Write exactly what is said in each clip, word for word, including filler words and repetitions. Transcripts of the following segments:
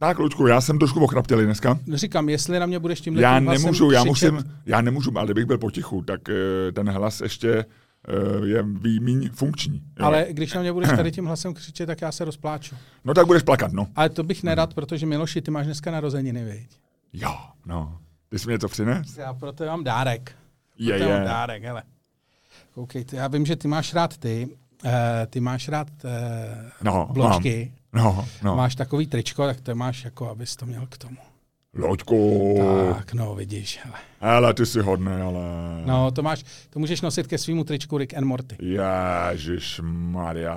Tak, Luďku, já jsem trošku ochraptělý dneska. Říkám, jestli na mě budeš tímhle Já tím nemůžu, já křičet... musím, já nemůžu, ale kdybych byl potichu, tak ten hlas ještě je výmíň funkční. Jo. Ale když na mě budeš tady tím hlasem křičet, tak já se rozpláču. No tak budeš plakat, no. Ale to bych nerad, protože Miloši, ty máš dneska narozeniny, viď? Jo, no. Ty jsi mě něco přines? Já pro tebe mám dárek. Je, pro je. mám dárek, hele. Koukejte, já vím, že ty máš rád ty, uh, ty máš rád uh, no, bločky. No, no. Máš takový tričko, tak to máš jako, abys to měl k tomu. Loďku. Tak, no, vidíš, hele. Hele, ty jsi hodnej, ale... No, to máš, to můžeš nosit ke svýmu tričku Rick and Morty. Ježišmarja.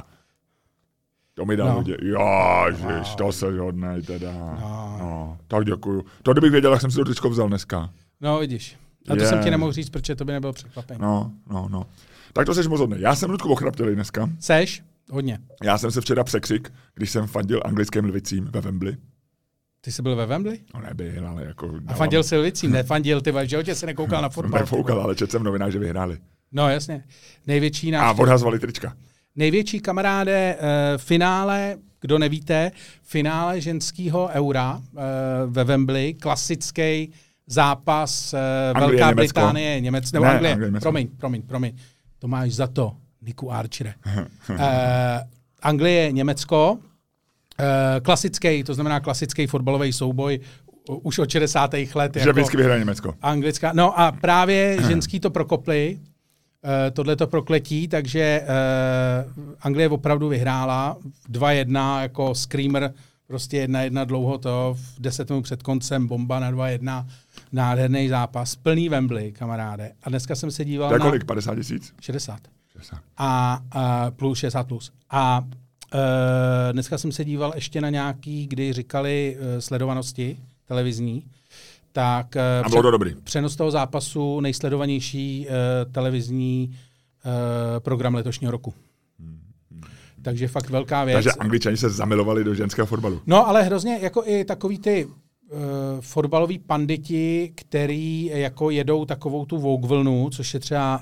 To mi dal no. lidi. Ježiš, no. To jsi hodnej teda. No. no. Tak děkuju. To kdybych věděl, jak jsem si to tričko vzal dneska. No, vidíš. A to je. jsem ti nemohl říct, protože to by nebylo překvapení. No, no, no. Tak to jsi moc hodnej. Já jsem Ludku ochraptělej dneska. Seš? Hodně. Já jsem se včera překřik, když jsem fandil anglickým Lvicím ve Wembley. Ty jsi byl ve Wembley? No nebyl, ale jako... A fandil jsi Lvicím, nefandil, ty v životě se nekoukal na fotbal. Nefoukal, ale četl jsem v novinách, že vyhráli. No jasně. Největší náš... A odhazovali trička. Největší kamaráde, uh, finále, kdo nevíte, finále ženského eura uh, ve Wembley, klasický zápas uh, Anglie, Velká Německo. Británie, Německo, nebo ne, Anglie, Anglie, promiň, promiň, promiň, to máš za to, Niku Archere. uh, Anglie, Německo, uh, klasický, to znamená klasický fotbalový souboj, uh, už od šedesátých let. Že jako vždycky vyhraje Německo. Anglická, no a právě ženský to prokopli, Uh, tohleto prokletí, takže uh, Anglie opravdu vyhrála dva jedna jako screamer, prostě jedna jedna dlouho to, v deset minut před koncem bomba na dva jedna, nádherný zápas, plný Wembley, kamaráde. A dneska jsem se díval to na... kolik? padesát tisíc? šedesát. šedesát. A uh, plus šedesát plus. A uh, dneska jsem se díval ještě na nějaký, kdy říkali uh, sledovanosti televizní, tak a bylo to dobrý. Přenos toho zápasu nejsledovanější uh, televizní uh, program letošního roku. Hmm. Takže fakt velká věc. Takže Angličani se zamilovali do ženského fotbalu. No, ale hrozně jako i takový ty uh, fotbaloví panditi, který jako jedou takovou tu Vogue vlnu, což je třeba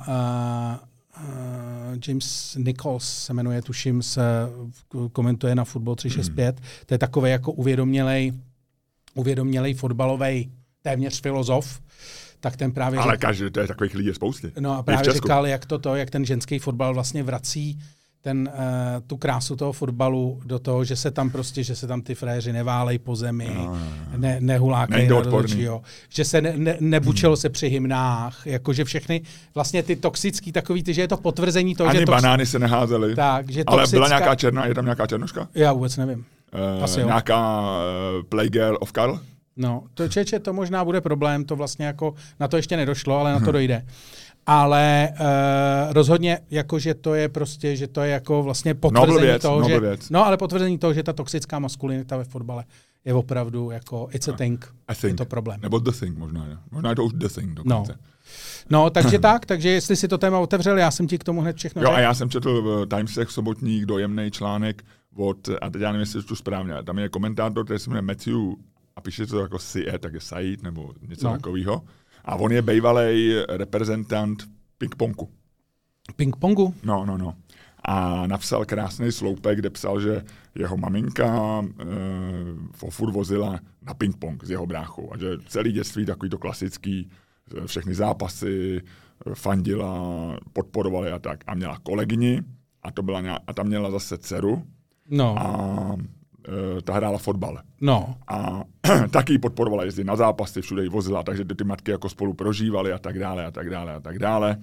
uh, uh, James Nichols se jmenuje, tuším, se komentuje na Football tři šest pět. Hmm. To je takový jako uvědomělej, uvědomělej fotbalovej téměř filozof, tak ten právě... Ale řek... každý, to je takových lidí spousty. No a právě říkal, jak to, to, jak ten ženský fotbal vlastně vrací ten, uh, tu krásu toho fotbalu do toho, že se tam prostě, že se tam ty fréři neválej po zemi, no, no, no. ne, nehulákají na rozhodčího, že se ne, ne, nebučilo hmm. se při hymnách, jakože všechny vlastně ty toxický takový, ty, že je to potvrzení toho, Ani že... Ani banány se neházely. Tak, že ale toxická... byla nějaká černá, je tam nějaká černoška? Já vůbec nevím. Uh, Asi jo. Nějaká uh, Playgirl of Karl? No, to čeče, to možná bude problém, to vlastně jako, na to ještě nedošlo, ale na to dojde. Ale uh, rozhodně, jako, že to je prostě, že to je jako vlastně potvrzení věc, toho, že, věc. no, ale potvrzení toho, že ta toxická maskulinita ve fotbale je opravdu jako, it's a thing, think. je to problém. Nebo the thing možná, ne? Možná je to už the thing dokonce. No. No, takže tak, takže jestli si to téma otevřel, já jsem ti k tomu hned všechno Jo, řekl. a já jsem četl v Timesech sobotních dojemný článek od, a teď já nevím, jestli to správně, tam je komentátor, který se jmenuje Matthew a píše to jako Syed, tak je Said nebo něco no. takového. A on je bývalý reprezentant ping-pongu. Ping-pongu? No, no, no. A napsal krásný sloupek, kde psal, že jeho maminka e, furt vozila na ping-pong s jeho bráchou. A že celý dětství takový to klasický, všechny zápasy fandila, podporovali a tak. A měla kolegyni a, to byla nějak, a tam měla zase dceru. No. A e, ta hrála fotbal. No. A taky ji podporovala jezdit na zápasy, všude ji vozila, takže ty, ty matky jako spolu prožívaly a tak dále a tak dále a tak dále.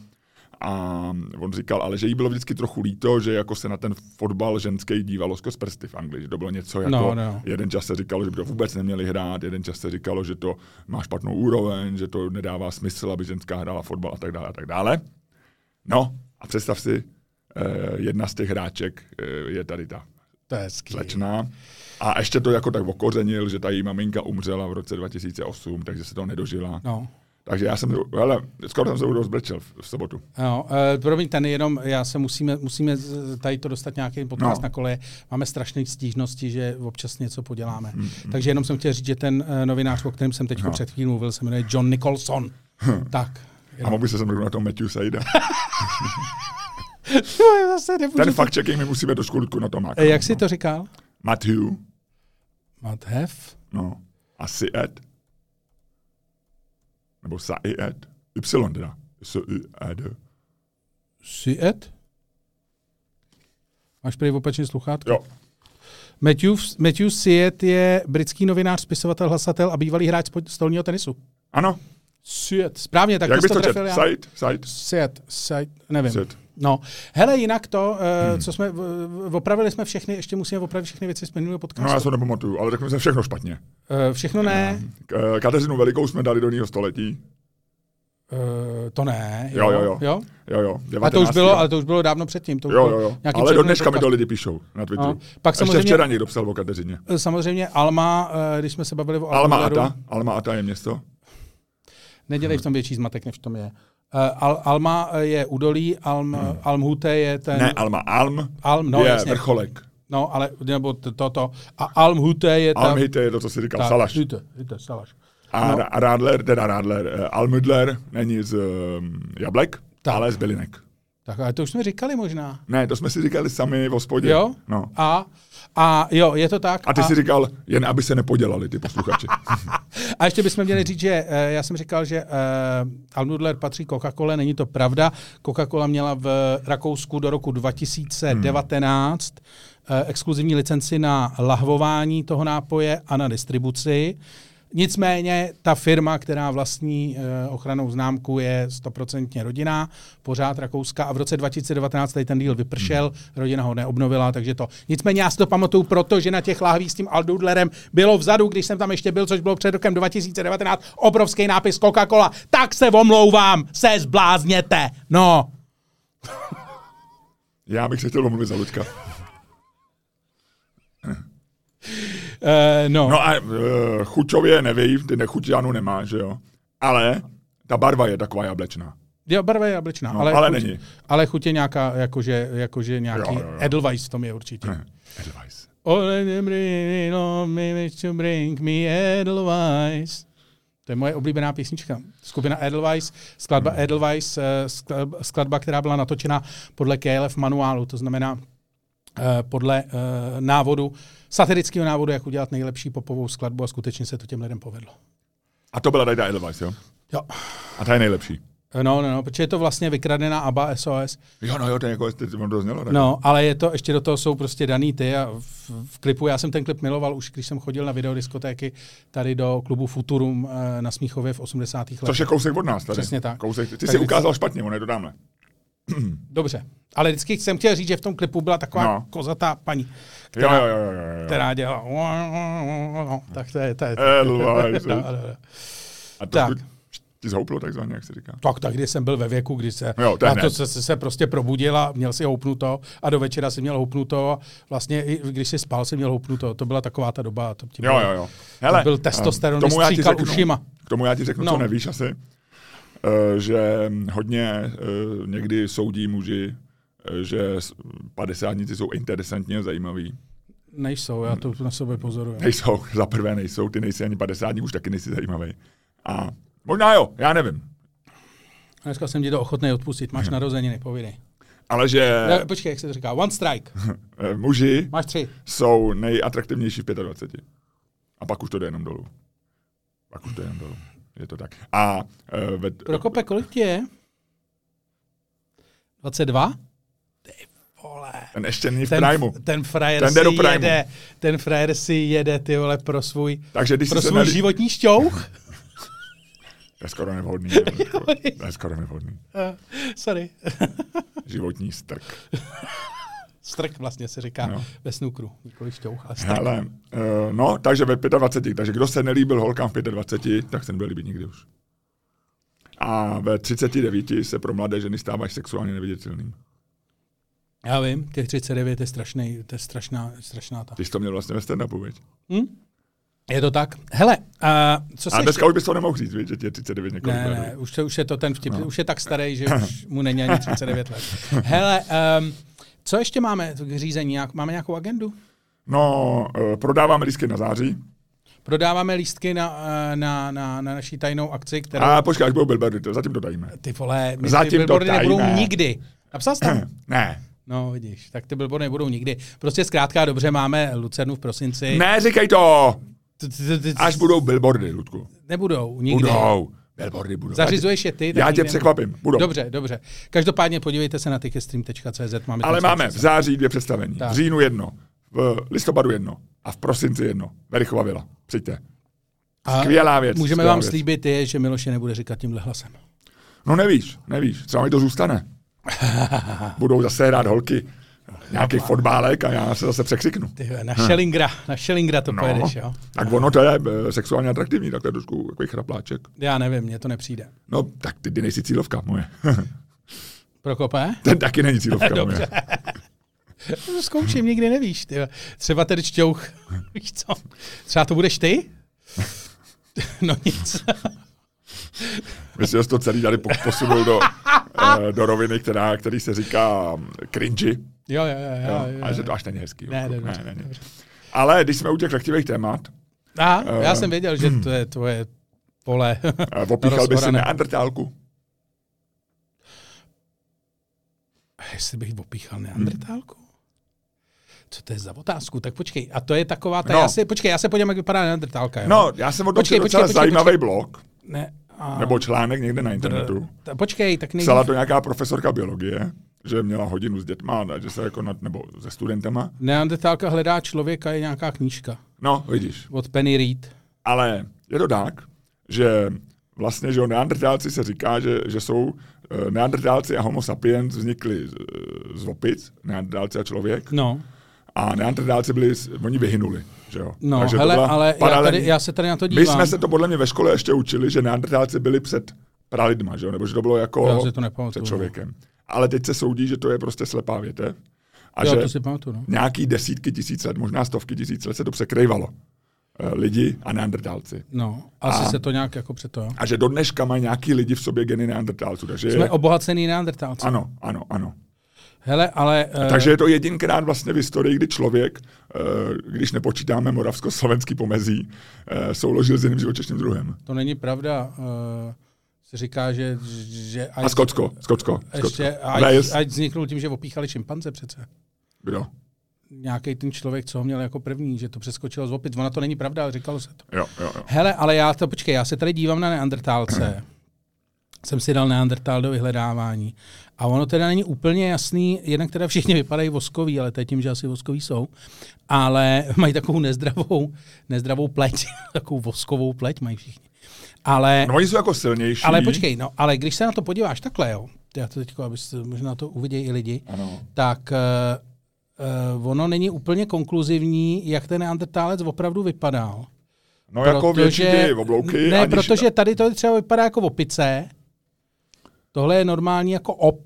A on říkal, ale že jí bylo vždycky trochu líto, že jako se na ten fotbal ženský dívalo skrz prsty v Anglii, že to bylo něco jako, no, no. jeden čas se říkalo, že by to vůbec neměli hrát, jeden čas se říkalo, že to má špatnou úroveň, že to nedává smysl, aby ženská hrála fotbal a tak dále a tak dále. No a představ si, eh, jedna z těch hráček eh, je tady ta slečná. A ještě to jako tak okořenil, že ta její maminka umřela v roce dva tisíce osm, takže se to nedožila. No. Takže já jsem, hele, skoro jsem se rozbrečel v, v sobotu. No, uh, promiň, ten jenom, já se musíme, musíme tady to dostat nějaký podcast no. na koleje. Máme strašné stížnosti, že občas něco poděláme. Hmm, hmm. Takže jenom jsem chtěl říct, že ten uh, novinář, o kterém jsem teď no. před chvílí mluvil, se jmenuje John Nicholson. Hmm. Tak. Jenom. A mohl by se mluvit na tom Matthew Saida. Zase ten fakt checking my musíme do školku na to mákat. Jak jsi to říkal? Matthew. Must have. No. A Syed. Nebo Syed. Y teda. S-I-E-D. Syed? Máš prý opačný sluchátko? Jo. Matthew, Matthew Syed je britský novinář, spisovatel, hlasatel a bývalý hráč stolního tenisu. Ano. Syed. Správně, tak Jak to bys jsi to to trefil čet? já. Syed? Syed? Syed. Syed. Nevím. Syed. No. Hele, jinak to, hmm. co jsme, v, opravili jsme všechny, ještě musíme opravit všechny věci z minulého podcastu. No já se nepamatuju, ale řeknu jsem všechno špatně. Uh, všechno ne. K- Kateřinu Velikou jsme dali do jiného století. Uh, to ne. Jo, Jo, jo, jo. jo? Jo, jo. A to už bylo, ale to už bylo dávno předtím. To už Jo, bylo jo, jo. nějaký Ale do předminulý dneška mi podcast. to lidi píšou na Twitteru. No. Pak Ještě samozřejmě- včera někdo psal o Kateřině. Samozřejmě Alma, uh, když jsme se bavili o Alma Alma Ata. Alma Ata je město. Nedělej v tom větší zmatek, než v tom je. Uh, Al, Alma je údolí, Alm, hmm. Almhute je ten... Ne, Alma. Alm Alm, no, je jasně. vrcholek. No, ale nebo to, to, to. A Almhute je tam... Almhite je to, co jsi říkal, tak, Salaš. Hütte, Hütte, Salaš. A No. no. Radler, teda Radler, uh, Almudler není z um, jablek, Tak. ale z bylinek. Tak, ale to už jsme říkali možná. Ne, to jsme si říkali sami v hospodě. Jo? No. A, a jo, je to tak. A ty jsi říkal, jen aby se nepodělali ty posluchači. A ještě bychom měli říct, že uh, já jsem říkal, že uh, Almdudler patří Coca-Cola, není to pravda. Coca-Cola měla v Rakousku do roku dva tisíce devatenáct hmm. uh, exkluzivní licenci na lahvování toho nápoje a na distribuci. Nicméně ta firma, která vlastní uh, ochrannou známku, je stoprocentně rodinná, pořád rakouská a v roce dva tisíce devatenáct tady ten díl vypršel, hmm. rodina ho neobnovila, takže to. Nicméně já si to pamatuju, protože na těch lahvích s tím Almdudlerem bylo vzadu, když jsem tam ještě byl, což bylo před rokem dva tisíce devatenáct, obrovský nápis Coca-Cola. Tak se omlouvám, se zblázněte. No. Já bych se chtěl omluvit za Luďka. Uh, no. No a uh, chuťově neví, ty nechuť žádnou nemá, že jo. Ale ta barva je taková jablečná. Jo, barva je jablečná, No, ale, ale chuť, není. ale chuť je nějaká, jakože, jakože nějaký Jo, jo, jo. Edelweiss v tom je určitě. Ne, Edelweiss. Oh, let them bring on me to bring me Edelweiss. To je moje oblíbená písnička. Skupina Edelweiss, skladba hmm. Edelweiss, skladba, skladba, která byla natočena podle K L F manuálu, to znamená uh, podle uh, návodu, satirického návodu, jak udělat nejlepší popovou skladbu a skutečně se to těm lidem povedlo. A to byla tady ta Edelweiss, jo? Jo. A ta je nejlepší. No, no, no, protože je to vlastně vykradená ABBA S O S. Jo, no jo, to je jako, to, to znělo. Tak. No, ale je to, ještě do toho jsou prostě daný ty a v, v klipu, já jsem ten klip miloval už, když jsem chodil na videodiskotéky tady do klubu Futurum na Smíchově v osmdesátých letech. Což je kousek od nás tady. Přesně tak. Kousek, ty Tak jsi vždycky- ukázal špatně, ono je to tamhle. Dobře, ale vždycky jsem chtěl říct, že v tom klipu byla taková No. kozatá paní, která, Jo, jo, jo, jo, jo. která dělala no, tak to je, to je, Edelweiss. no, no, no. A to Tak. ti zhouplo takzvaně, jak se říká. Tak, tak, když jsem byl ve věku, kdy se, Jo, to je a to hned. se, se, se prostě probudil a měl si houpnuto a do večera si měl houpnuto a vlastně i když si spal, si měl houpnuto. To byla taková ta doba. To ti Jo, bylo, jo, jo. Hele, byl testosteron, k tomu já ti stříkal řeknu- ušima. K tomu já ti řeknu, No. co nevíš asi. Uh, že hodně uh, někdy soudí muži, uh, že s- padesátníci jsou interesantně zajímaví. Nejsou, já to na sobě pozoruju. Nejsou, za prvé nejsou, ty nejsi ani padesátník, už taky nejsi zajímavý. A možná jo, já nevím. Dneska jsem ti to ochotný odpustit, máš narozeniny, povídej. Ale že Ne, počkej, jak se to říká, one strike, uh, muži máš tři. jsou nejatraktivnější v dvacet pět. A pak už to jde jenom dolů. Pak už to jde jenom dolů. Je to tak. A uh, ve, Prokope, kolik ti je? dvacet dva? Ty vole. ten ještě není v Ten, primu. ten frajer Ten jde si do primu. jede, ten frajer si jede, ty vole, pro svůj, Takže když pro si se svůj nelí... životní šťouch. To je skoro nevhodný. To je skoro nevhodný. Uh, sorry. Životní strk. Strk vlastně se říká No. ve snukru, nikoli šťouch, ale strk. Hele, uh, no, takže ve dvacet pět. Takže kdo se nelíbil holkám v dvacet pět, tak se nebude líbit nikdy už. A ve třicet devět se pro mladé ženy stáváš sexuálně neviditelným. Já vím, těch třicet devět je strašný, to je strašná, strašná ta. Ty jsi to měl vlastně ve stand-upu, viď? Hm? Je to tak. Hele, uh, co se A ještě... dneska už bys to nemohl říct, viď, že ti je třicet devět několik Ne, let. ne, už, to, už je to ten vtip, No. už je tak starý, že už mu není ani třicet devět let. Hele, um, co ještě máme k řízení? Jak- Máme nějakou agendu? No, uh, prodáváme lístky na září. Prodáváme lístky na, eh, na, na, na naší tajnou akci, kterou... A počkej, až budou billboardy, to zatím to tajíme. Ty vole, my Zatím ty to billboardy nebudou tajíme. nikdy. Napsal jsi tam? Ne, No, vidíš, tak ty billboardy nebudou nikdy. Prostě zkrátka dobře, máme Lucernu v prosinci. Ne, říkej to! Až budou billboardy, Ludku. Nebudou, nikdy. Budou. Billboardy budou. Zařizuješ je ty? Já tě překvapím. Budou. Dobře, dobře. Každopádně podívejte se na ticketstream tečka cé zet. Máme Ale máme v září dvě představení. Tak. V říjnu jedno, v listopadu jedno a v prosinci jedno. Verichova vila. Přijďte. Skvělá věc. Můžeme skvělá vám věc. slíbit, je, že Miloše nebude říkat tímhle hlasem. No nevíš, nevíš. Třeba mi to zůstane. Budou zase hrát holky. Nějaký fotbálek a já se zase překřiknu. Tyhle, na Schellingra, na Schellingra to No, pojedeš, jo? tak ono to je e, sexuálně atraktivní, takhle trošku takový chrapláček. Já nevím, mně to nepřijde. No, tak ty, ty nejsi cílovka moje. Prokope? Ten taky není cílovka moje. Zkouším, nikdy nevíš. Tyhle. Třeba tedy čťouch. Víš co? Třeba to budeš ty? No nic. Myslím, že jsi to celý tady posunul do, e, do roviny, která, který se říká cringy. Jo, jo, jo. jo, jo, jo. Ale že to až není hezký. Ne, ne, ne, ne, ne. ne. Ale když jsme u těch lehtivých témat. Aha, uh, já jsem věděl, že to je tvoje pole. Uh, opíchal by si neandertálku? Jestli bych opíchal neandertálku? Co to je za otázku? Tak počkej, a to je taková, ta, no. já si, počkej, já se podívám, jak vypadá neandertálka. Jo? No, já jsem o tom počkej, docela počkej, zajímavý počkej. blog. Ne, a... Nebo článek někde na internetu. Ta, počkej, tak nejde. Psala to nějaká profesorka biologie, že měla hodinu s dětma, že se jako nad, nebo se studentama. Neandertálka hledá člověka je nějaká knížka. No, vidíš. Od Penny Reed. Ale je to tak, že vlastně, že o neandertálci se říká, že, že jsou neandertálci a homo sapiens vznikli z, z opic, neandertálci a člověk. No. A neandertálci byli, oni vyhynuli, že jo. No, takže hele, ale já, tady, já se tady na to dívám. My jsme se to podle mě ve škole ještě učili, že neandertálci byli před pralidma, že jo, nebo že to bylo jako to před člověkem. No. Ale teď se soudí, že to je prostě slepá větev. A jo, že to si pamatuju, no. nějaký desítky tisíc let, možná stovky tisíc let se to překrývalo. Lidi a neandertálci. No, asi a, se to nějak jako přeto, jo. A že do dneška mají nějaký lidi v sobě geny neandertálců. Takže jsme je... obohacený neandertálci. Ano, ano, ano. Hele, ale... Uh... Takže je to jedinkrát vlastně v historii, kdy člověk, uh, když nepočítáme moravsko-slovenský pomezí, uh, souložil s jiným živočišným druhem. To není pravda. Uh, se říká, že... že a Skotsko, Skotsko. Ještě, ať, ať vzniknul tím, že opíchali šimpanze přece. Kdo? Nějaký ten člověk, co ho měl jako první, že to přeskočilo z opic. Ona to není pravda, ale říkalo se to. Jo, jo, jo. Hele, ale já to, počkej, já se tady dívám na neandertálce. Jsem si dal neandertál do vyhledávání. A ono teda není úplně jasný, jednak teda všichni vypadají voskoví, ale to je tím, že asi voskoví jsou, ale mají takovou nezdravou, nezdravou pleť, takovou voskovou pleť mají všichni. Ale, no oni jsou jako silnější. Ale počkej, no, ale když se na to podíváš takhle, jo, já to teď, abyste možná to uvidějí i lidi, ano. tak uh, uh, ono není úplně konkluzivní, jak ten neandertálec opravdu vypadal. No jako větší ty oblouky. Ne, protože tady to třeba vypadá jako opice. Tohle je normální jako op.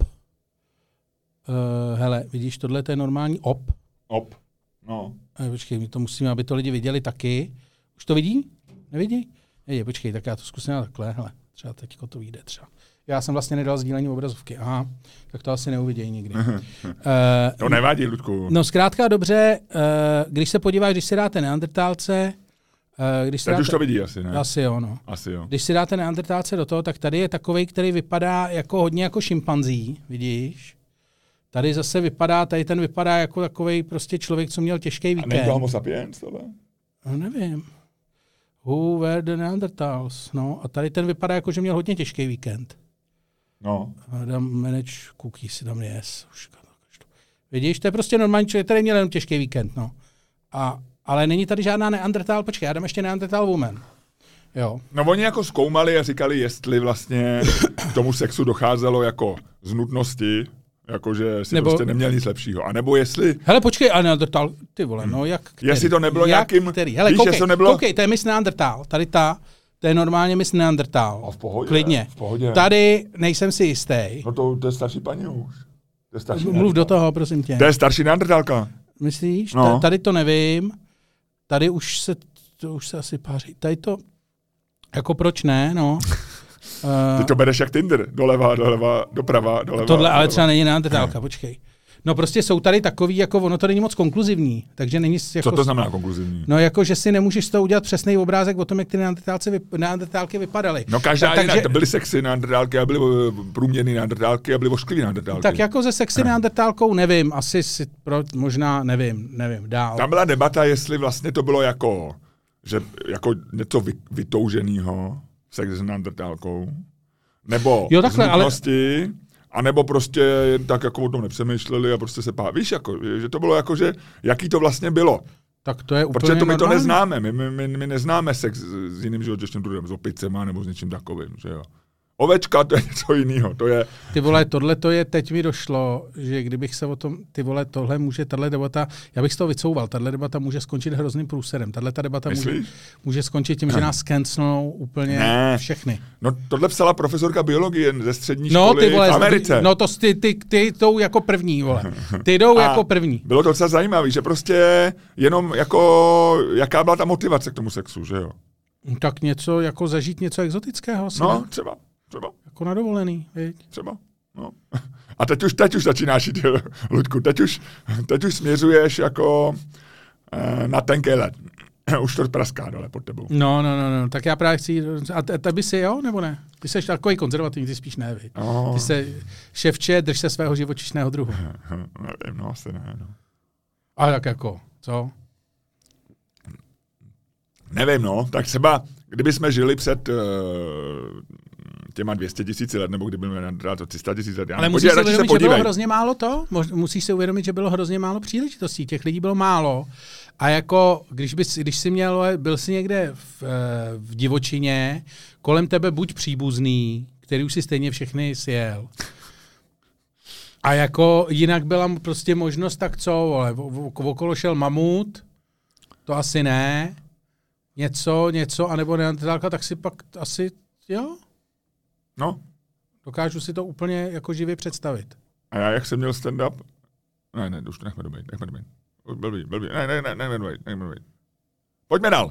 Uh, hele, vidíš, tohle to je normální op. Op, no. Uh, počkej, my to musíme, aby to lidi viděli taky. Už to vidí? Nevidí? Nevidí, počkej, tak já to zkusím takhle. Hele, třeba teďko to vyjde třeba. Já jsem vlastně nedal sdílení obrazovky. Aha, tak to asi neuvidějí nikdy. uh, to nevadí, Ludku. No zkrátka dobře, uh, když se podíváš, když si dáte neandertálce, uh, když si Teď dáte... už to vidí asi, ne? Asi jo, no. Asi jo. Když si dáte neandertálce do toho, tak tady je takovej, který vypadá jako hodně jako šimpanzí, vidíš? Tady zase vypadá, tady ten vypadá jako takovej prostě člověk, co měl těžký víkend. A není to homo sapiens tohle? No nevím. Who were the Neanderthals? No a tady ten vypadá jako, že měl hodně těžký víkend. No. A dám manage cookies, si dám yes. Vidíš, to je prostě normální člověk, který měl jenom těžký víkend, no. A, ale není tady žádná Neanderthal, počkej, já dám ještě Neanderthal woman. Jo. No oni jako zkoumali a říkali, jestli vlastně k tomu sexu docházelo jako z nutnosti, jakože si nebo... prostě neměl nic lepšího. A nebo jestli... Hele, počkej, a Neanderthal, ty vole, no jak který? Jestli to nebylo jak nějakým... Který? Hele, víš, koukej, to nebylo... koukej, to je Miss Neanderthal, tady ta, to je normálně Miss Neanderthal. A v pohodě. Klidně. V pohodě. Tady nejsem si jistý. No to, to je starší paní už. To je starší Mluv do toho, prosím tě. To je starší Neandertalka. Myslíš? No. Tady to nevím. Tady už se, to už se asi páří. Tady to, jako proč ne, no. Ty to bereš jak Tinder, doleva, doleva, doprava, doleva. Tohle ale doleva. třeba není Neandertalka, počkej. No prostě jsou tady takový, jako ono to není moc konkluzivní, takže není... Jako, Co to znamená konkluzivní? No jako, že si nemůžeš z toho udělat přesný obrázek o tom, jak ty neandertálky vypadaly. No každá tak, jinak, takže, to byly sexy neandertálky a byly průměrný neandertálky a byly ošklivý neandertálky. Tak jako ze sexy neandertálkou nevím, asi si, pro, možná nevím, nevím, dál. Tam byla debata, jestli vlastně to bylo jako, že jako něco vy, vytouženýho, sex s neandertálkou, nebo jo, takhle, z nutnosti, ale... a nebo prostě jen tak jako o tom nepřemýšleli a prostě se pá... Víš, jako, že to bylo jako, že jaký to vlastně bylo. Tak to je úplně Protože to my normální. to neznáme, my, my, my, my neznáme sex s jiným živočišním druhem, s opicema nebo s něčím takovým, že jo. Ovečka, to je něco jiného, to je... Ty vole, tohle to je, teď mi došlo, že kdybych se o tom, ty vole, tohle může, tahle debata, já bych z toho vycouval, tahle debata může skončit hrozným průserem, tahle ta debata může, může skončit tím, že nás cancelnou úplně ne. všechny. No tohle psala profesorka biologie ze střední no, školy ty vole, v Americe. No to ty, ty, ty jdou jako první, vole. Ty jdou jako první. Bylo to docela zajímavé, že prostě jenom jako, jaká byla ta motivace k tomu sexu, že jo? Tak něco, jako zažít něco exotického. No, ne? třeba, třeba. Jako na dovolený, viď? Třeba, no. A teď už, teď už začínáš jít, Ludku, teď už, teď už směřuješ jako uh, na tenký led. Už to praská dole pod tebou. No, no, no, no, tak já právě chci, a ty si jo, nebo ne? Ty jsi takový konzervativní, ty spíš ne, viď? No. Ty se, ševče, drž se svého živočišného druhu. Nevím, no, asi ne, no. A tak jako, co? Nevím, no, tak třeba, kdyby jsme žili před uh, těma dvě stě tisíc let, nebo kdyby jsme nadrali to tři sta tisíc let. Ale musíš si uvědomit, že bylo hrozně málo to? Musíš si uvědomit, že bylo hrozně málo příležitostí. Těch lidí bylo málo. A jako, když, bys, když jsi měl, byl jsi někde v, v divočině, kolem tebe buď příbuzný, který už si stejně všechny sjel. A jako jinak byla prostě možnost, tak co, vole, okolo šel mamut, to asi ne, něco, něco, anebo neandertálka, tak si pak asi, jo? No. Dokážu si to úplně jako živě představit. A já, jak jsem měl stand-up, ne, ne, už to nechme dobejt, nechme dobejt. Blbý, blbý, ne, ne, ne, nechme dobejt, nechme dobejt. Pojďme dál.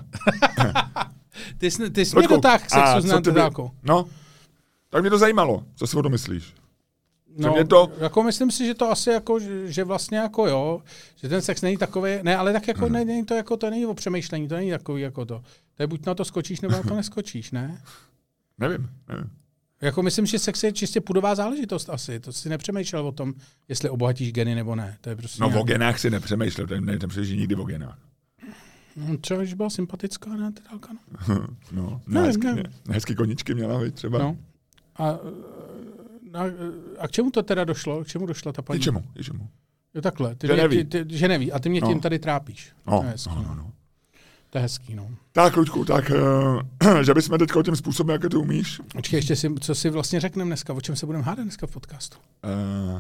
ty jsi, ty jsi mě dotáhl k sexu s neandertálkou. No, tak mě to zajímalo, co si o to myslíš? No, mě to... jako myslím si, že to asi jako, že vlastně jako jo, že ten sex není takový, ne, ale tak jako hmm. ne, není to jako, to není o přemýšlení, to není takový jako to. To je buď na to skočíš, nebo na to neskočíš, ne? Nevím, nevím. Jako myslím, že sex je čistě pudová záležitost asi. To si nepřemýšlel o tom, jestli obohatíš geny nebo ne. To je prostě no nějak... o genách si nepřemýšlel, ten nepřemýšlíš nikdy o genách. No, třeba, když byla sympatická neandertálka, no. no, no ne, hezký, ne. hezký koničky měla, viď, třeba. No. A, a, a k čemu to teda došlo? K čemu došla ta paní? K čemu, k čemu? Jo takhle, ty že mě, neví. Ty, ty, že neví. A ty mě no. tím tady trápíš. No, to je hezký, no, no, no. To je hezký, no. Tak, Luďku, tak, uh, že bychom teďka tím způsobem, jak ty umíš. Počkej, ještě si, co si vlastně řekneme dneska? O čem se budeme hádat dneska v podcastu? Uh,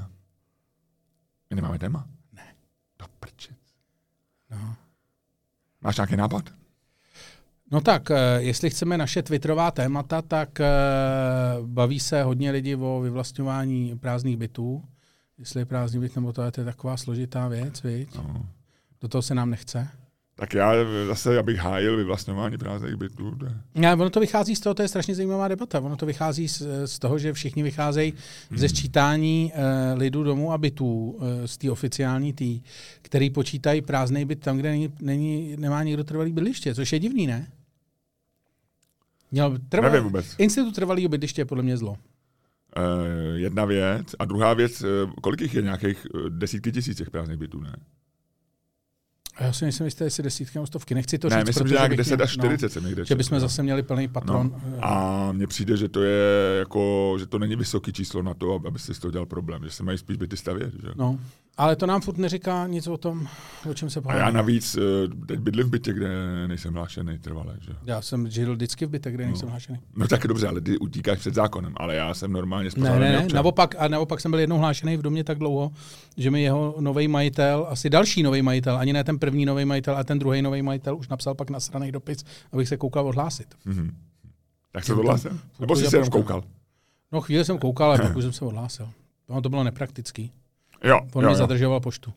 my nemáme téma? Ne. To prčic. No. Máš nějaký nápad? No tak, jestli chceme naše twitterová témata, tak baví se hodně lidí o vyvlastňování prázdných bytů. Jestli je prázdný byt, nebo to je, to je taková složitá věc, viď? No. Do toho se nám nechce. Tak já zase, abych hájil vyvlastňování prázdných bytů. Ne, ono to vychází z toho, to je strašně zajímavá debata. Ono to vychází z, z toho, že všichni vycházejí hmm. ze sčítání uh, lidů, domů a bytů, uh, z té oficiální tý, který počítají prázdný byt tam, kde není, není, nemá nikdo trvalý bydliště, což je divný, ne? Měl trval... Nevím vůbec. Institut trvalého bydliště je podle mě zlo. Uh, jedna věc. A druhá věc, uh, kolik jich je nějakých uh, desítky tisíc těch prázdných bytů, ne? A já si nejsem jistý, jestli desítky nebo stovky. Nechci to ne, říct, myslím, že nějak deset až čtyřicet no, jsem někde. že bychom no. zase měli plný patron. No. A mně přijde, že to je jako, že to není vysoké číslo na to, aby si z toho dělal problém, že se mají spíš byty stavět. Že? No, ale to nám furt neříká nic o tom, o čem se pohádáme. A já navíc teď bydlím v bytě, kde nejsem hlášený trvale. Že? Já jsem žil vždycky v bytě, kde no. nejsem hlášený. No tak dobře, ale ty utíkáš před zákonem, ale já jsem normálně spořádaný Ne, ne, ne, naopak, a naopak jsem byl jednou hlášený v domě tak dlouho, že mi jeho nový majitel, asi další nový majitel, ani ne ten první nový majitel, a ten druhý nový majitel už napsal pak nasranej dopis, abych se koukal odhlásit. Mm-hmm. Tak se odhlásil? Nebo jsi se jenom koukal? No chvíli jsem koukal, ale pak už jsem se odhlásil. No, to bylo nepraktický. Jo, On jo, mi jo. zadržoval poštu.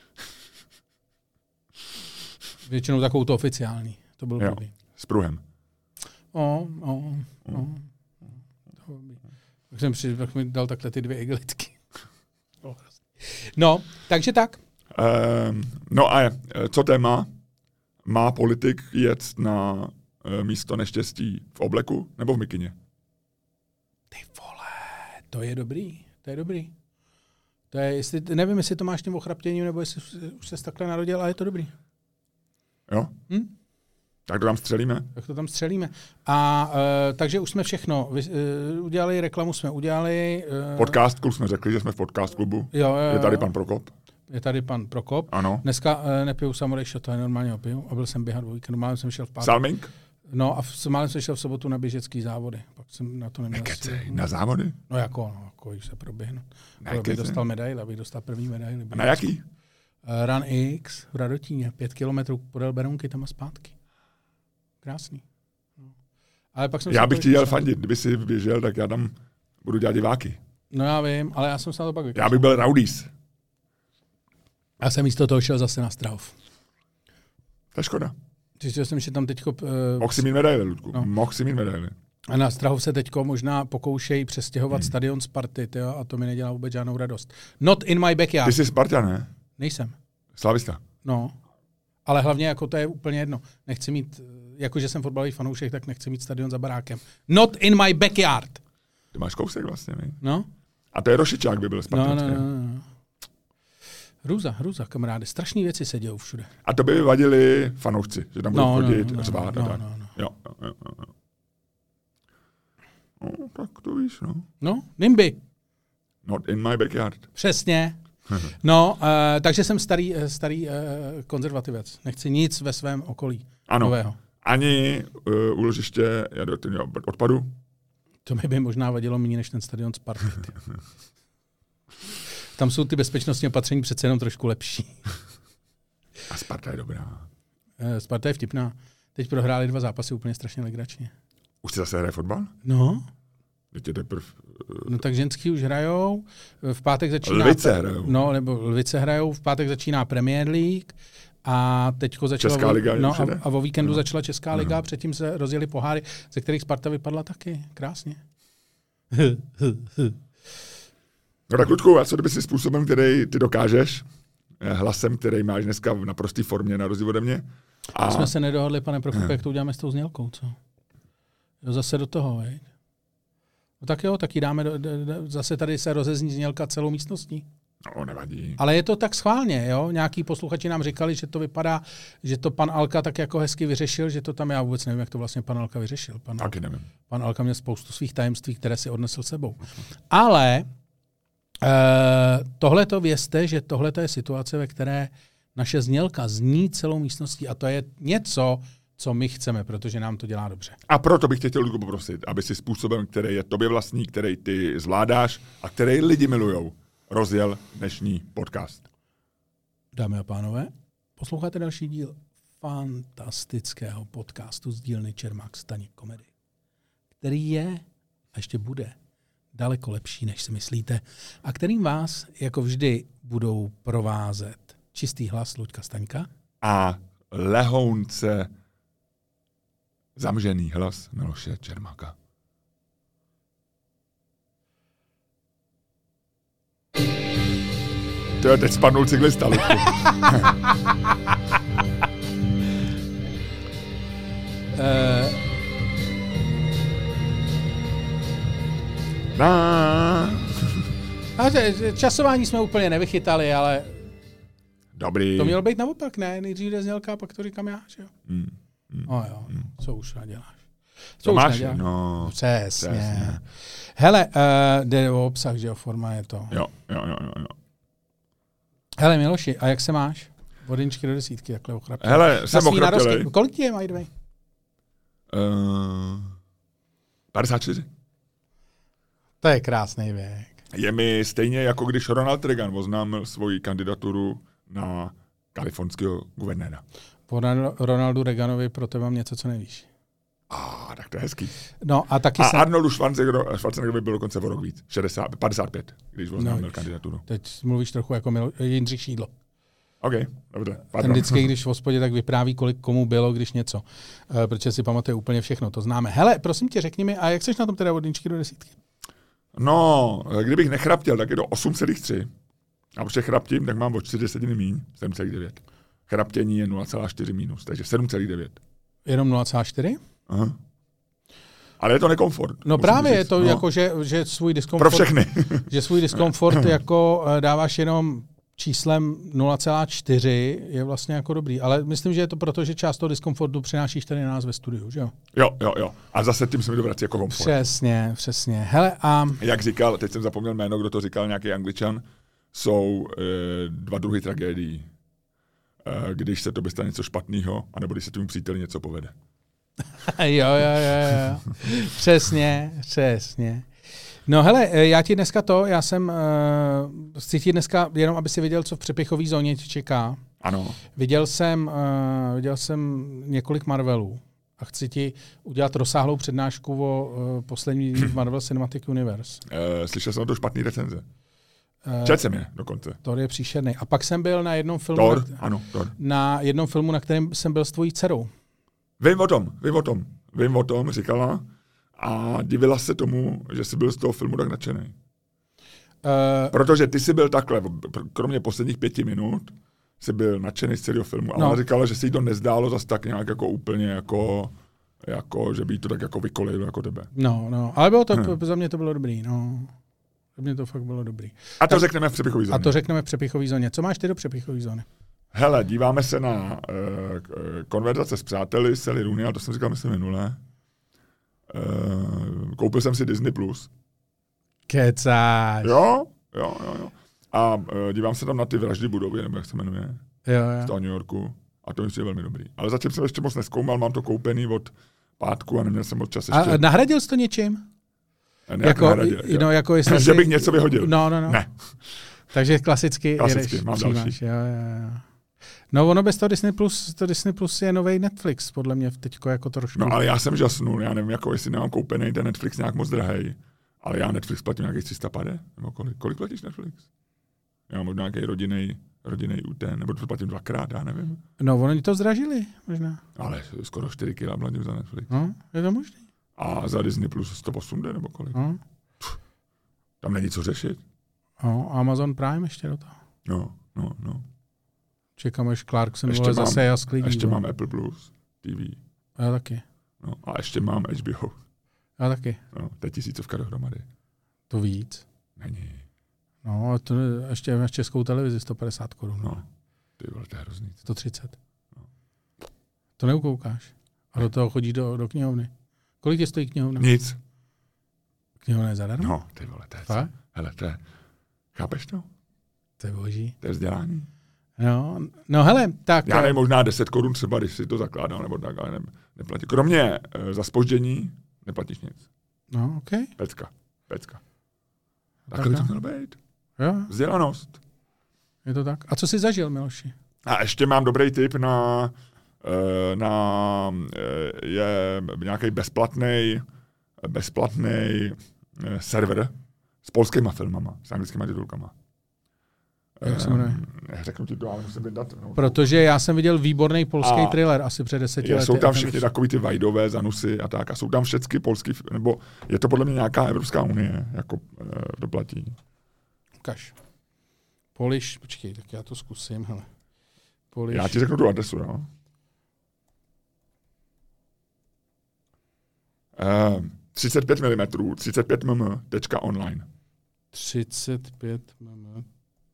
Většinou takovou to oficiální. To bylo blbý. S pruhem. O, o, o. Tak jsem při, tak mi dal takhle ty dvě igelitky. No, takže tak. Um, no a je, co téma? Má politik jet na uh, místo neštěstí v obleku nebo v mikině? Ty vole, to je dobrý, to je dobrý. To je, jestli, nevím, jestli to máš tím ochraptěním, nebo jestli už ses takhle narodil, ale je to dobrý. Jo? Hm? Tak to tam střelíme. Tak to tam střelíme. A uh, takže už jsme všechno vy, uh, udělali, reklamu jsme udělali. Uh, Podcast klub jsme řekli, že jsme v podcast klubu. Jo, jo, je tady pan Prokop. Je tady pan Prokop. Ano. Dneska uh, nepiju Samurai Shota, normálně ho piju. A byl jsem běhat o víkendu, málem jsem šel v pátek. Salmink? No a v, málem jsem šel v sobotu na běžecký závody. Pak jsem na to neměl. Nekecej, na závody? No jako, no, jako když se proběhnu. Nekecej. Abych dostal medaili, abych dostal první medaili. A na jaký? Uh, Run X v Radotíně, pět kilometrů podél Berounky tam a zpátky. Krásný. No. Ale pak jsem já bych ti jel fandit, kdyby si běžel, tak já tam budu dělat diváky. No já vím, ale já jsem se na to pak vykašel. Já bych byl Rowdies. Já jsem místo toho šel zase na Strahov. To je škoda. Zjistil jsem, že tam teďko... Uh, Mohl si mít medaile, Ludku. No. Mohl si mít medaile. A na Strahov se teďko možná pokoušejí přestěhovat hmm. stadion Sparty, tyjo, a to mi nedělá vůbec žádnou radost. Not in my backyard. Ty jsi Spartan, ne? Nejsem. Slavista. No. Ale hlavně jako to je úplně jedno. Nechci mít, jakože jsem fotbalový fanoušek, tak nechci mít stadion za barákem. Not in my backyard. Ty máš kousek vlastně, ne? No. A to je Rošičák by byl Spartanský. No, no, no, no. Hrůza, hrůza, kamaráde. Strašný věci se dějou všude. A to by vyvadili fanoušci, že tam budou no, chodit, no, no, řvát no, a tak. no, no. Jo, jo, jo, jo. No, tak to víš, no. No, NIMBY. Not in my backyard. Přesně. No, uh, takže jsem starý, starý uh, konzervativec. Nechci nic ve svém okolí ano. nového. Ani uh, úložiště radioaktivního odpadu? To mi by možná vadilo méně než ten stadion Sparty. Tam jsou ty bezpečnostní opatření přece jenom trošku lepší. A Sparta je dobrá. Uh, Sparta je vtipná. Teď prohráli dva zápasy úplně strašně legračně. Už se zase hraje fotbal? No. Teď je teprv... No tak ženský už hrajou, v pátek začíná... Lvice hrajou. No, nebo Lvice hrajou, v pátek začíná Premier League a teďko začala... Česká liga. No, a, a o víkendu no. začala Česká liga, no. předtím se rozjeli poháry, ze kterých Sparta vypadla taky. Krásně. No tak, Ludku, a co kdyby si způsobem, který ty dokážeš, hlasem, který máš dneska v naprosté formě na rozdíl ode mě. A... My jsme se nedohodli, pane Prokope, jak to uděláme s tou znělkou, co? Jo, zase do toho, veď? No tak jo, tak ji dáme, do, do, do, zase tady se rozezní znělka celou místností. No, nevadí. Ale je to tak schválně, jo? Nějaký posluchači nám říkali, že to vypadá, že to pan Alka tak jako hezky vyřešil, že to tam, já vůbec nevím, jak to vlastně pan Alka vyřešil. Pan Taky nevím. Pan Alka měl spoustu svých tajemství, které si odnesl sebou. Ale e, tohle to vězte, že tohle je situace, ve které naše znělka zní celou místností a to je něco, co my chceme, protože nám to dělá dobře. A proto bych tě chtěl, Ludku, poprosit, aby si způsobem, který je tobě vlastní, který ty zvládáš a který lidi milujou, rozjel dnešní podcast. Dámy a pánové, posloucháte další díl fantastického podcastu z dílny Čermák Staněk Komedy, který je a ještě bude daleko lepší, než si myslíte, a kterým vás, jako vždy, budou provázet čistý hlas Luďka Staňka a lehounce zamžený hlas Miloše Čermáka. To je, teď spadnul cyklista, Ludku. uh, Na. Časování jsme úplně nevychytali, ale dobrý. To mělo být naopak, ne? Nejdřív jde znělka, pak to říkám já, že jo? Mm, mm, no jo, mm. co už naděláš? Co máš? Naděláš? No, přesně. přesně. Hele, uh, jde o obsah, že jo, forma je to. Jo, jo, jo, jo. Hele, Miloši, a jak se máš? Vodinčky do desítky, takhle ochraptělej. Hele, jsem ochraptělej. Kolik ti je, Majdvej? Uh, padesát čtyři. To je krásný věk. Je mi stejně, jako když Ronald Reagan oznámil svoji kandidaturu na kalifornského guvernéra. Po Ronaldu Reaganovi pro tebe mám něco, co nevíš. A ah, tak to je hezký. No, a taky a jsem... Arnoldu Schwarzeneggerovi byl dokonce o rok víc. šedesát, padesát pět, když oznámil no, kandidaturu. Teď mluvíš trochu jako Milo, Jindřich Šídlo. OK, dobře. Ten vždycky, když v hospodě, tak vypráví, kolik komu bylo, když něco. Uh, protože si pamatuje úplně všechno, to známe. Hele, prosím tě, řekni mi, a jak seš na tom teda vodničky do desítky? No, kdybych nechraptěl, tak je to osm celá tři. A protože chraptím, tak mám o čtyři desetiny míň, sedm celá devět. Chraptění je nula celá čtyři minus, takže sedm celá devět. Jenom nula celá čtyři? Aha. Ale je to nekomfort. No právě říct. je to no. jako, že, že svůj diskomfort... Pro všechny. že svůj diskomfort jako dáváš jenom číslem nula celá čtyři je vlastně jako dobrý. Ale myslím, že je to proto, že část toho diskomfortu přinášíš tady na nás ve studiu, že jo? Jo, jo, jo. A zase tím se mi to vrací jako komfort. Přesně, přesně. Hele, a... Jak říkal, teď jsem zapomněl jméno, kdo to říkal, nějaký Angličan, jsou e, dva druhy tragédií. E, když se tobě stane něco špatného, anebo když se tvým příteli něco povede. jo, jo, jo, jo. Přesně, přesně. No hele, já ti dneska to, já jsem, uh, chci ti dneska, jenom aby si viděl, co v přepichové zóně tě čeká. Ano. Viděl jsem, uh, viděl jsem několik Marvelů a chci ti udělat rozsáhlou přednášku o uh, poslední Marvel Cinematic Universe. Uh, slyšel jsem o to špatný recenze. Uh, Četl jsem je dokonce. Thor je příšerný. A pak jsem byl na jednom filmu, Thor, na, ano, Thor. na jednom filmu, na kterém jsem byl s tvojí dcerou. Vím o tom, vím o tom, vím o tom, říkala. A divila se tomu, že jsi byl z toho filmu tak nadšený. Uh, Protože ty jsi byl takhle, kromě posledních pěti minut, jsi byl nadšený z celého filmu. A no. Ona říkala, že se jí to nezdálo zase tak nějak jako úplně jako, jako že by jí to tak jako vykolejilo jako tebe. No, no, ale bylo to, hmm. za mě to bylo dobrý, no. Za mě to fakt bylo dobrý. A to tak, řekneme v přepichové zóně. A to řekneme v přepichové zóně. Co máš ty do přepichové zóny? Hele, díváme se na uh, konverzace s přáteli, Sally Rooney, ale to jsem říkal myslím minule. Uh, koupil jsem si Disney plus. Kecáš. Jo, jo, jo, jo. A uh, dívám se tam na ty Vraždy budovy, nebo jak se jmenuje, jo, jo. z toho New Yorku. A to je velmi dobrý. Ale zatím jsem ještě moc nezkoumal, mám to koupený od pátku a neměl jsem moc čas ještě. A nahradil jsi to něčím? Jako, nahradil, no, jako jestli že si... bych něco vyhodil. No, no, no. Ne. Takže klasicky, klasicky jedeš, mám přijímáš. další. Jo, jo, jo. No ono bez toho Disney Plus, to Disney Plus je nový Netflix, podle mě teďko jako trošku. No ale já jsem žasnul, já nevím, jako jestli nemám koupený ten Netflix nějak moc drahej, ale já Netflix platím nějakých tři sta padesát, nebo kolik, kolik platíš Netflix? Já mám možná nějaký rodinný, rodinný úten, nebo to platím dvakrát, já nevím. No oni to zdražili, možná. Ale skoro čtyři kila platím za Netflix. No, je to možný. A za Disney Plus sto osmdesát nebo kolik? No. Pff, tam není co řešit. No, Amazon Prime ještě do toho. No, no, no. Čekám, až Clarkson vole zase a sklidí. Ještě mám Apple Plus T V. Já taky. No, a ještě mám H B O. Já taky. No, to je tisícovka dohromady. To víc. Není. No, to ještě máš Českou televizi sto padesát korun. No, ty vole, to je hrozný. sto třicet. No. To neukoukáš. A do toho chodí do, do knihovny. Kolik tě stojí knihovna? Nic. Knihovna je zadarmo? No, ty vole, to je co? Hele, to je, chápeš to? To je boží. To je vzdělání. No, no hele, tak... Já nevím, možná deset korun třeba, když si to zakládám, nebo tak, ale ne, neplatí. Kromě uh, za zpoždění neplatíš nic. No, okej. Okay. Pecka, pecka. Tak by to mělo být. Jo. Vzdělanost. Je to tak. A co jsi zažil, Miloši? A ještě mám dobrý tip na, na je nějaký bezplatný bezplatný server s polskýma filmama, s anglickýma titulkama. Jak se jmenuje? Řeknu ti to, ale musím vydat. No, Protože já jsem viděl výborný polský thriller asi před deseti lety. Jsou tam všichni takový ty vajdové, zanusy a tak. A jsou tam všechny polský, nebo je to podle mě nějaká Evropská unie, jako e, doplatí. Ukaž. Polish, počkej, tak já to zkusím, hele. Polish. Já ti řeknu tu adresu, jo. E, třicet pět milimetrů, třicet pět milimetrů, tečka online. třicet pět milimetrů.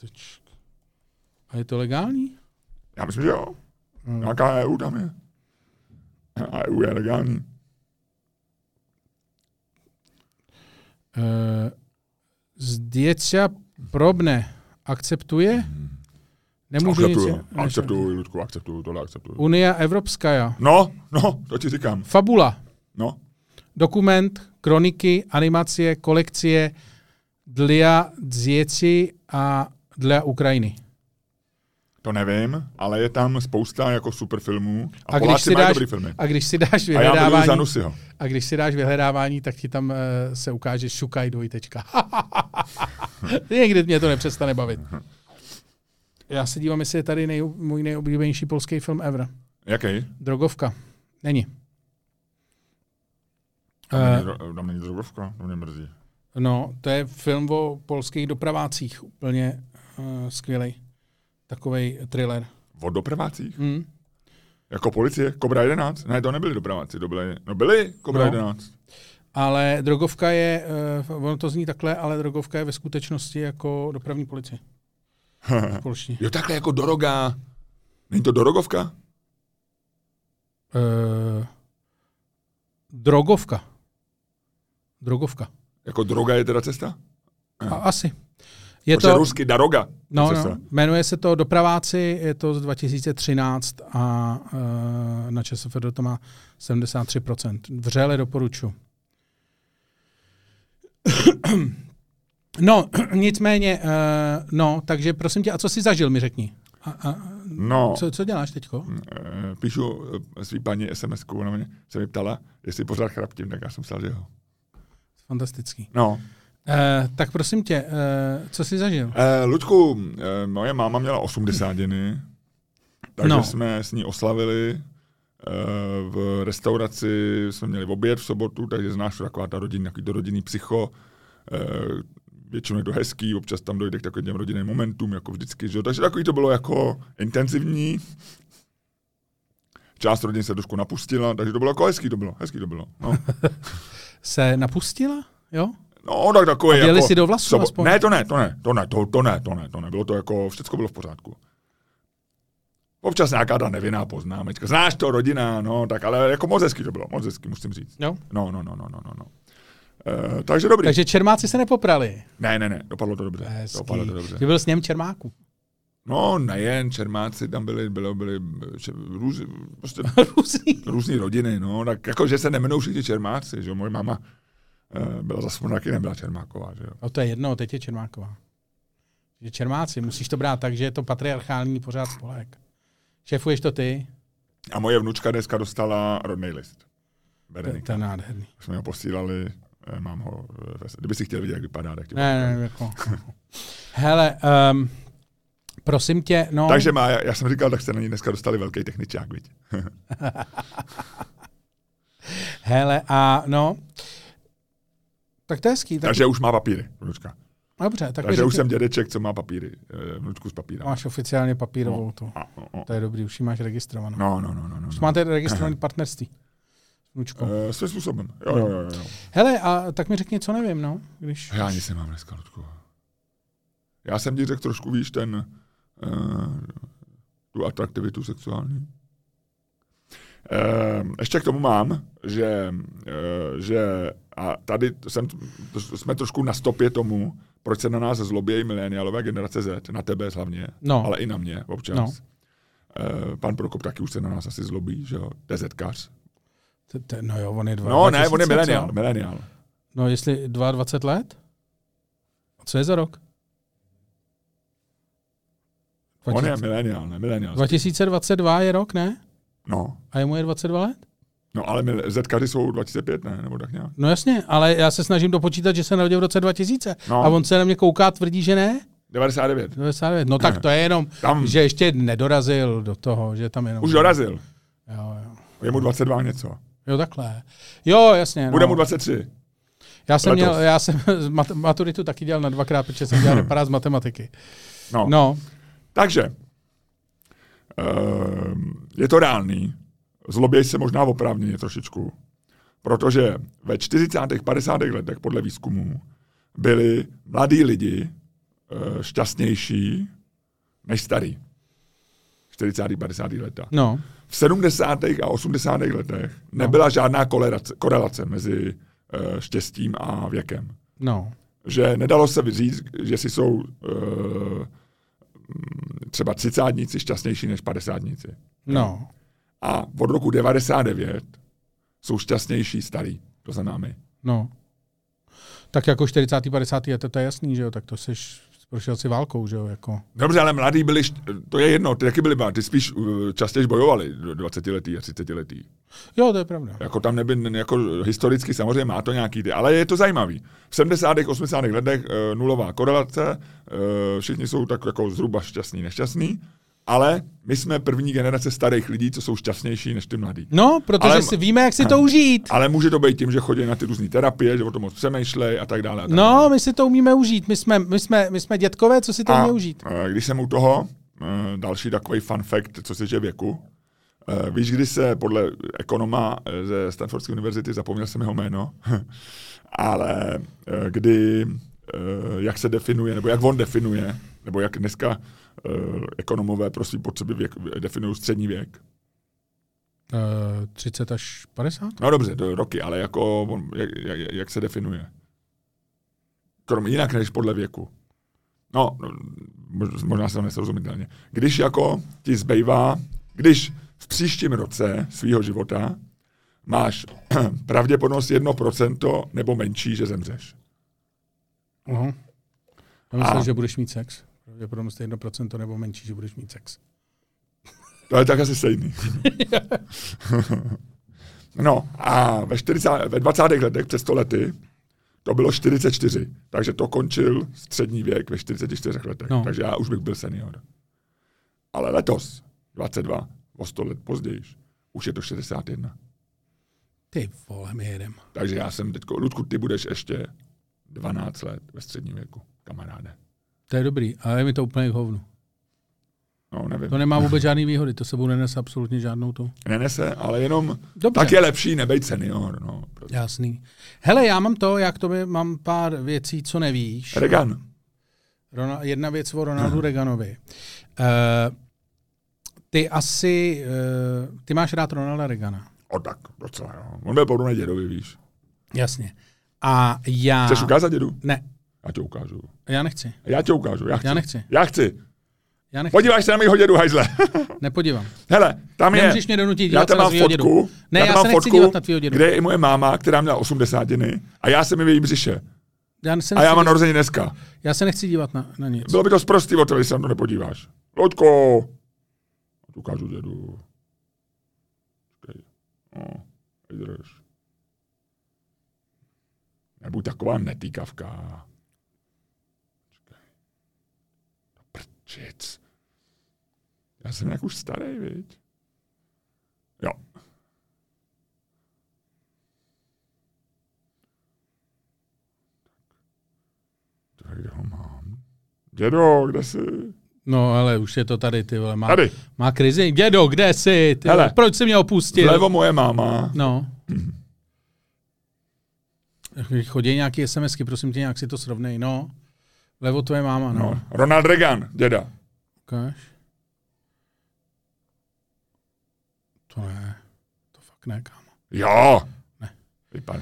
A je to legální? Já myslím, že jo. Hmm. Nějaká E U tam je. A E U je legální. Uh, Zdjęcia probné akceptuje? Hmm. Nemůžu akceptuju, nic... akceptuju, Ludku, akceptuju, tohle akceptuju. Unia Evropská. No, no, to ti říkám. Fabula. No. Dokument, kroniky, animace, kolekcie dla dětí a dla Ukrajiny. To nevím, ale je tam spousta jako super filmů a, a Poláci mají dobrý filmy. A když si dáš vyhledávání, a, a když si dáš vyhledávání, tak ti tam uh, se ukáže Šukaj dvojtečka. Někdy mě to nepřestane bavit. Já se dívám, jestli je tady nej, můj nejoblíbenější polský film ever. Jaký? Drogovka. Není. Tam není, uh, není Drogovka, to mě mrzí. No, to je film o polských dopravácích, úplně uh, skvělej. Takovej thriller. O dopravácích? Hmm. Jako policie? Cobra jedenáct? Ne, to nebyli dopraváci, to byli, no byli Cobra no. jedenáct. Ale drogovka je, uh, ono to zní takhle, ale drogovka je ve skutečnosti jako dopravní policie. Polští. Jo, takhle jako doroga. Není to dorogovka? Uh, drogovka. Drogovka. Jako droga je teda cesta? A, asi. Je Protože to rusky daroga. No, no, jmenuje se to Dopraváci, je to z dva tisíce třináct a uh, na ČSFD to má sedmdesát tři procent. Vřele doporučuji. No, nicméně, uh, no, takže prosím tě, a co jsi zažil, mi řekni. A, a, no, co, co děláš teďko? Píšu svý paní es em esku, ona mě se mi ptala, jestli pořád chraptím, tak já jsem psal, že jo. Fantastický. No. Uh, tak prosím tě, uh, co jsi zažil? Uh, Luďku, uh, moje máma měla osmdesátiny, takže no. jsme s ní oslavili. Uh, v restauraci jsme měli oběd v sobotu, takže znáš taková ta rodina, takový to rodinný psycho. Uh, většinou je to hezký, občas tam dojde k takovým těm rodinným momentům, jako vždycky. Že? Takže takový to bylo jako intenzivní. Část rodiny se trošku napustila, takže to bylo jako hezký to bylo. Hezký to bylo. No. Se napustila? Jo? No, tak takový jako... jako... si do vlasů sobo... Ne, to ne, to ne, to ne, to, to ne, to ne, to ne. Bylo to jako, všecko bylo v pořádku. Občas nějaká ta nevinná poznámečka. Znáš to, rodina, no, tak, ale jako moc hezký to bylo, moc hezký, musím říct. Jo? No, no, no, no, no, no, no. Uh, takže dobrý. Takže Čermáci se nepoprali. Ne, ne, ne, dopadlo to dobře. Hezký. Dopadlo to dobře. Ty byl s něm Čermáků. No, nejen Čermáci, tam byly, byly, byly růz, prostě různý. různý rodiny, no, tak jako, že se nemenou všichni Čermáci, že moje máma uh, byla zase taky nebyla Čermáková, že jo. No to je jedno, teď je Čermáková. Že Čermáci, musíš to brát tak, že je to patriarchální pořád spolek. Šéfuješ to ty? A moje vnučka dneska dostala rodný list. Berenika. To je nádherný. Jsme ho posílali, mám ho, kdyby si chtěl vidět, jak vypadá, tak tě Ne, ne, jako. Hele, um, prosím tě, no... Takže má, já jsem říkal, tak jste na ní dneska dostali velký techničák, viď? Hele, a no... Tak to je hezký. Tak... Takže už má papíry, vnučka. Dobře, tak Takže už jsem dědeček, co má papíry, vnučku s papírem. Máš oficiálně papírovou no, tu. no, no, no. To je dobrý, už ji máš registrovanou. No, no, no, no, no. Už máte registrované partnerství. Vnučko. E, svým způsobem. Jo, jo, jo, jo. Hele, a tak mi řekni, co nevím, no. Když... Já nic nemám dneska, Ludku. Já jsem ti řekl trošku, víš, ten uh, tu atraktivitu sexuální. Uh, ještě k tomu mám, že, uh, že a tady jsem, to, jsme trošku na stopě tomu, proč se na nás zlobějí mileniálové generace Z, na tebe hlavně, no. ale i na mě občas. No. Uh, pan Prokop taky už se na nás asi zlobí, že jo, DZkař. No jo, on je dva. No ne, on je mileniál, mileniál. No jestli dvacet dva let? A co je za rok? On je mileniál, ne, mileniál. dva tisíce dvacet dva je rok, ne? No. A jemu je dvacet dva let? No ale Zkaři jsou dva tisíce pět, ne? Nebo tak nějak. No jasně, ale já se snažím dopočítat, že se narodil v roce dva tisíce. No. A on se na mě kouká, tvrdí, že ne? devadesát devět. devadesát devět. No tak to je jenom, tam. Že ještě nedorazil do toho, že tam jenom... Už dorazil. Jo, jo. Je mu dvacet dva něco. Jo, takhle. Jo, jasně. Bude no. mu dvacet tři. Já jsem, měl, já jsem maturitu taky dělal na dvakrát, protože jsem dělal reparát z matematiky. No. no. Takže, uh, je to reálný. Zloběj se možná oprávněně trošičku. Protože ve čtyřicátých padesátých letech podle výzkumů byli mladí lidi uh, šťastnější než starý. čtyřicátých padesátých leta. No. V sedmdesátých a osmdesátých letech nebyla no. žádná korelace, korelace mezi uh, štěstím a věkem. No. Že nedalo se říct, že si jsou uh, třeba třicátníci šťastnější než padesátníci. No. A od roku devadesát devět jsou šťastnější starý. To znamená my. No. Tak jako čtyřicátých padesátých let, to je jasný, že jo? Tak to seš prošel si válkou, že jo? Jako. Dobře, ale mladí byli, to je jedno, ty taky byli, ty spíš častěji bojovali, dvacetiletý a třicetiletý. Jo, to je pravda. Jako tam nebyl, jako historicky samozřejmě má to nějaký ty, ale je to zajímavý. V sedmdesátých osmdesátých letech e, nulová korelace, e, všichni jsou tak jako zhruba šťastní, nešťastní. ale my jsme první generace starých lidí, co jsou šťastnější než ty mladí. No, protože ale, si víme, jak si to užít. Ale může to být tím, že chodí na ty různé terapie, že o tom moc přemýšlej a tak dále. A tak no, dále. my si to umíme užít. My jsme, my jsme, my jsme dětkové, co si to umí užít. Když jsem u toho, další takový fun fact, co se týče věku. Víš, kdy se podle ekonoma ze Stanfordské univerzity, zapomněl jsem jeho jméno, ale kdy, jak se definuje, nebo jak on definuje, nebo jak dneska ekonomové pro svý potřeby věk, definují střední věk? Uh, třicet až padesát? No dobře, to je roky, ale jako on, jak, jak, jak se definuje? Krom jinak než podle věku. No, možná se to nesrozumitelně. Když jako ti zbývá, když v příštím roce svýho života máš pravděpodobnost jedno procento nebo menší, že zemřeš. Uhum. Já myslím, že budeš mít sex. Pravděpodobnost jedno procento nebo menší, že budeš mít sex. To je tak asi stejný. No a ve, čtyřicátých, ve dvacátých letech před sto lety to bylo čtyřicet čtyři, takže to končil střední věk ve čtyřiceti čtyřech letech, no. Takže já už bych byl senior. Ale letos, dvacet dva, o sto let později, už je to šedesát jedna. Ty vole, my jedem. Takže já jsem teďko, Ludku, ty budeš ještě dvanáct let ve středním věku, kamaráde. To je dobrý, ale je mi to úplně k hovnu. No, nevím. To nemá vůbec žádný výhody, to sebou nenese absolutně žádnou tu. Nenese, ale jenom dobře. Tak je lepší nebejt senior. No, jasný. Hele, já mám to, jak to by, mám pár věcí, co nevíš. Reagan. Ronald, jedna věc o Ronaldu Reaganovi. Uh, ty asi, uh, ty máš rád Ronalda Reagana. O tak, docela, jo. On byl podobný dědovi, víš. Jasně. A já... Chceš ukázat dědu? Ne. Já tě ukážu. Já nechci. Já tě ukážu, já chci. Já nechci. Já chci. Já nechci. Podíváš se na mýho dědu, hajzle. Nepodívám. Hele, tam je... Nemůžeš mě donutit já dívat se na svýho dědu. Ne, já, já se nechci dívat na tvýho dědu. Kde je i moje máma, která měla osmdesátiny a já jsem mi v jejím břiše. Já se a já mám narozeniny dneska. Já se nechci dívat na, na nic. Bylo by to sprostý o to, když se na to nepodíváš. Loďko! Ukážu dědu. Počkej. No, vydrž. Nebuď taková netýkavka. Počkej. Prčic. Já jsem nějak už starý, viď? Jo. Tak, kde ho mám? Dědo, kde jsi? No, ale už je to tady, ty vole. Má, tady. Má krizi. Dědo, kde jsi? Ty vole, proč jsi mě opustil? Vlevo moje máma. No. Hmm. Chodí nějaký SMSky, prosím tě, nějak si to srovnej. No. Vlevo tvoje máma, no. no. Ronald Reagan, děda. Ukáž. To ne. To fakt ne, kámo. Jo. Ne. Vypadá.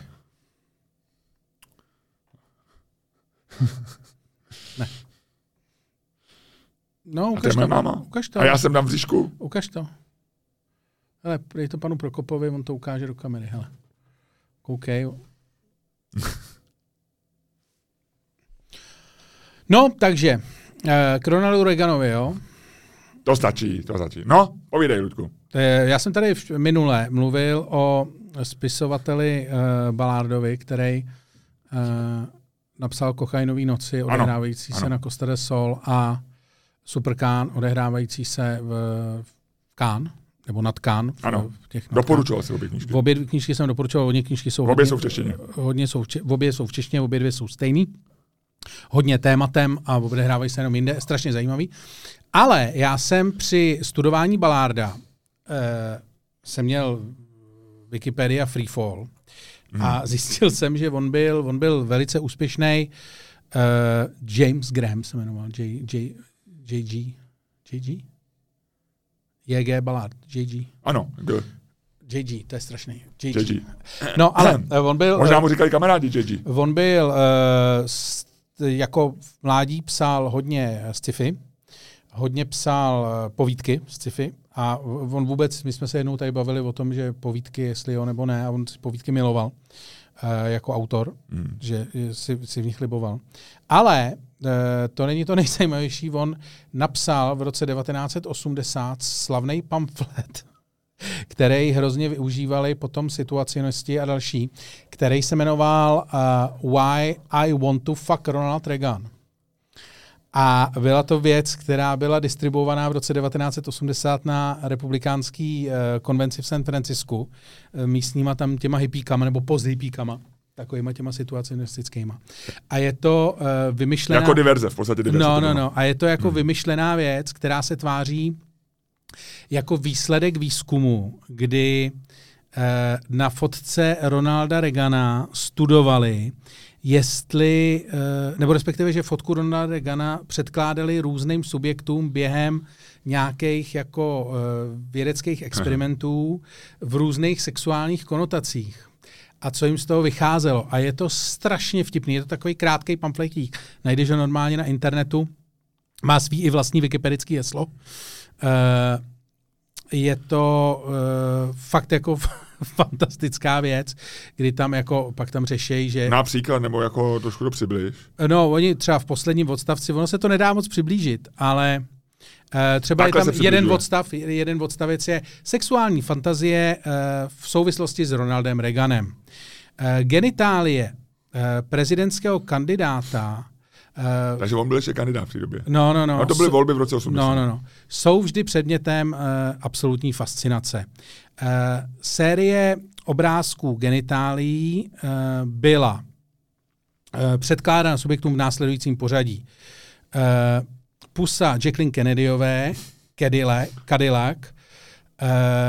Ne. No, ukaž a to je moje to. máma. Ukaž to. A já jsem tam v říšku. Ukaž to. Hele, dej to panu Prokopovi, on to ukáže do kamery, hele. Koukej. No, takže, k Ronaldu Reaganovi, jo? To stačí, to stačí. No, povídej, Ludku. Já jsem tady minule mluvil o spisovateli uh, Ballardovi, který uh, napsal Kokainový noci, odehrávající ano, se ano. na Costa del Sol, a Superkán, odehrávající se v, v Cannes, nebo nad Cannes. Ano, doporučoval si obě knížky. V obě knížky jsem doporučoval, hodně knížky jsou... Obě hodně, jsou v češtině. Hodně jsou v, če, obě jsou v češtině, obě dvě jsou stejný. Hodně tématem a odehrávají se jenom jinde, strašně zajímavý. Ale já jsem při studování Ballarda eh, jsem měl Wikipedia Freefall hmm. a zjistil jsem, že on byl, on byl velice úspěšný. Eh, James Graham se jmenoval. J, J, JG? JG? J G Ballard. J G. Ano. J G, to je strašný. J G. J G. No, ale on byl... Možná mu říkali kamarádi J G. On byl uh, jako v mládí psal hodně sci-fi, hodně psal povídky sci-fi a on vůbec, my jsme se jednou tady bavili o tom, že povídky, jestli jo nebo ne, a on si povídky miloval uh, jako autor, hmm. že si, si v nich liboval. Ale uh, to není to nejzajímavější, on napsal v roce devatenáct osmdesát slavný pamflet, který hrozně využívali potom situacionisti a další, který se jmenoval uh, Why I Want to Fuck Ronald Reagan. A byla to věc, která byla distribuovaná v roce devatenáct set osmdesát na republikánský uh, konvenci v San Francisku, uh, místníma tam těma hippíkama, nebo post-hippíkama, takovýma těma situacionistickýma. A je to uh, vymyšlená... Jako diverze, v podstatě diverze. No, no, no. A je to jako hmm. vymyšlená věc, která se tváří jako výsledek výzkumu, kdy uh, na fotce Ronalda Reagana studovali, jestli, nebo respektive, že fotku Ronalda Reagana předkládali různým subjektům během nějakých jako vědeckých experimentů v různých sexuálních konotacích. A co jim z toho vycházelo. A je to strašně vtipný. Je to takový krátký pamfletík. Najdeš ho normálně na internetu. Má svý i vlastní wikipedický heslo. Je to fakt jako fantastická věc, kdy tam jako, pak tam řešejí, že... Například, nebo jako trošku to přiblíž. No, oni třeba v posledním odstavci, ono se to nedá moc přiblížit, ale uh, třeba Takhle je tam jeden odstav, jeden odstavec je sexuální fantazie uh, v souvislosti s Ronaldem Reaganem. Uh, genitálie uh, prezidentského kandidáta Uh, Takže on byl ještě kandidát v té době. No, no, no. A to byly volby v roce osmdesát. No, no, no. Jsou vždy předmětem uh, absolutní fascinace. Uh, série obrázků genitálií uh, byla uh, předkládána subjektům v následujícím pořadí. Uh, pusa Jacqueline Kennedyové, Cadillac, Cadillac uh,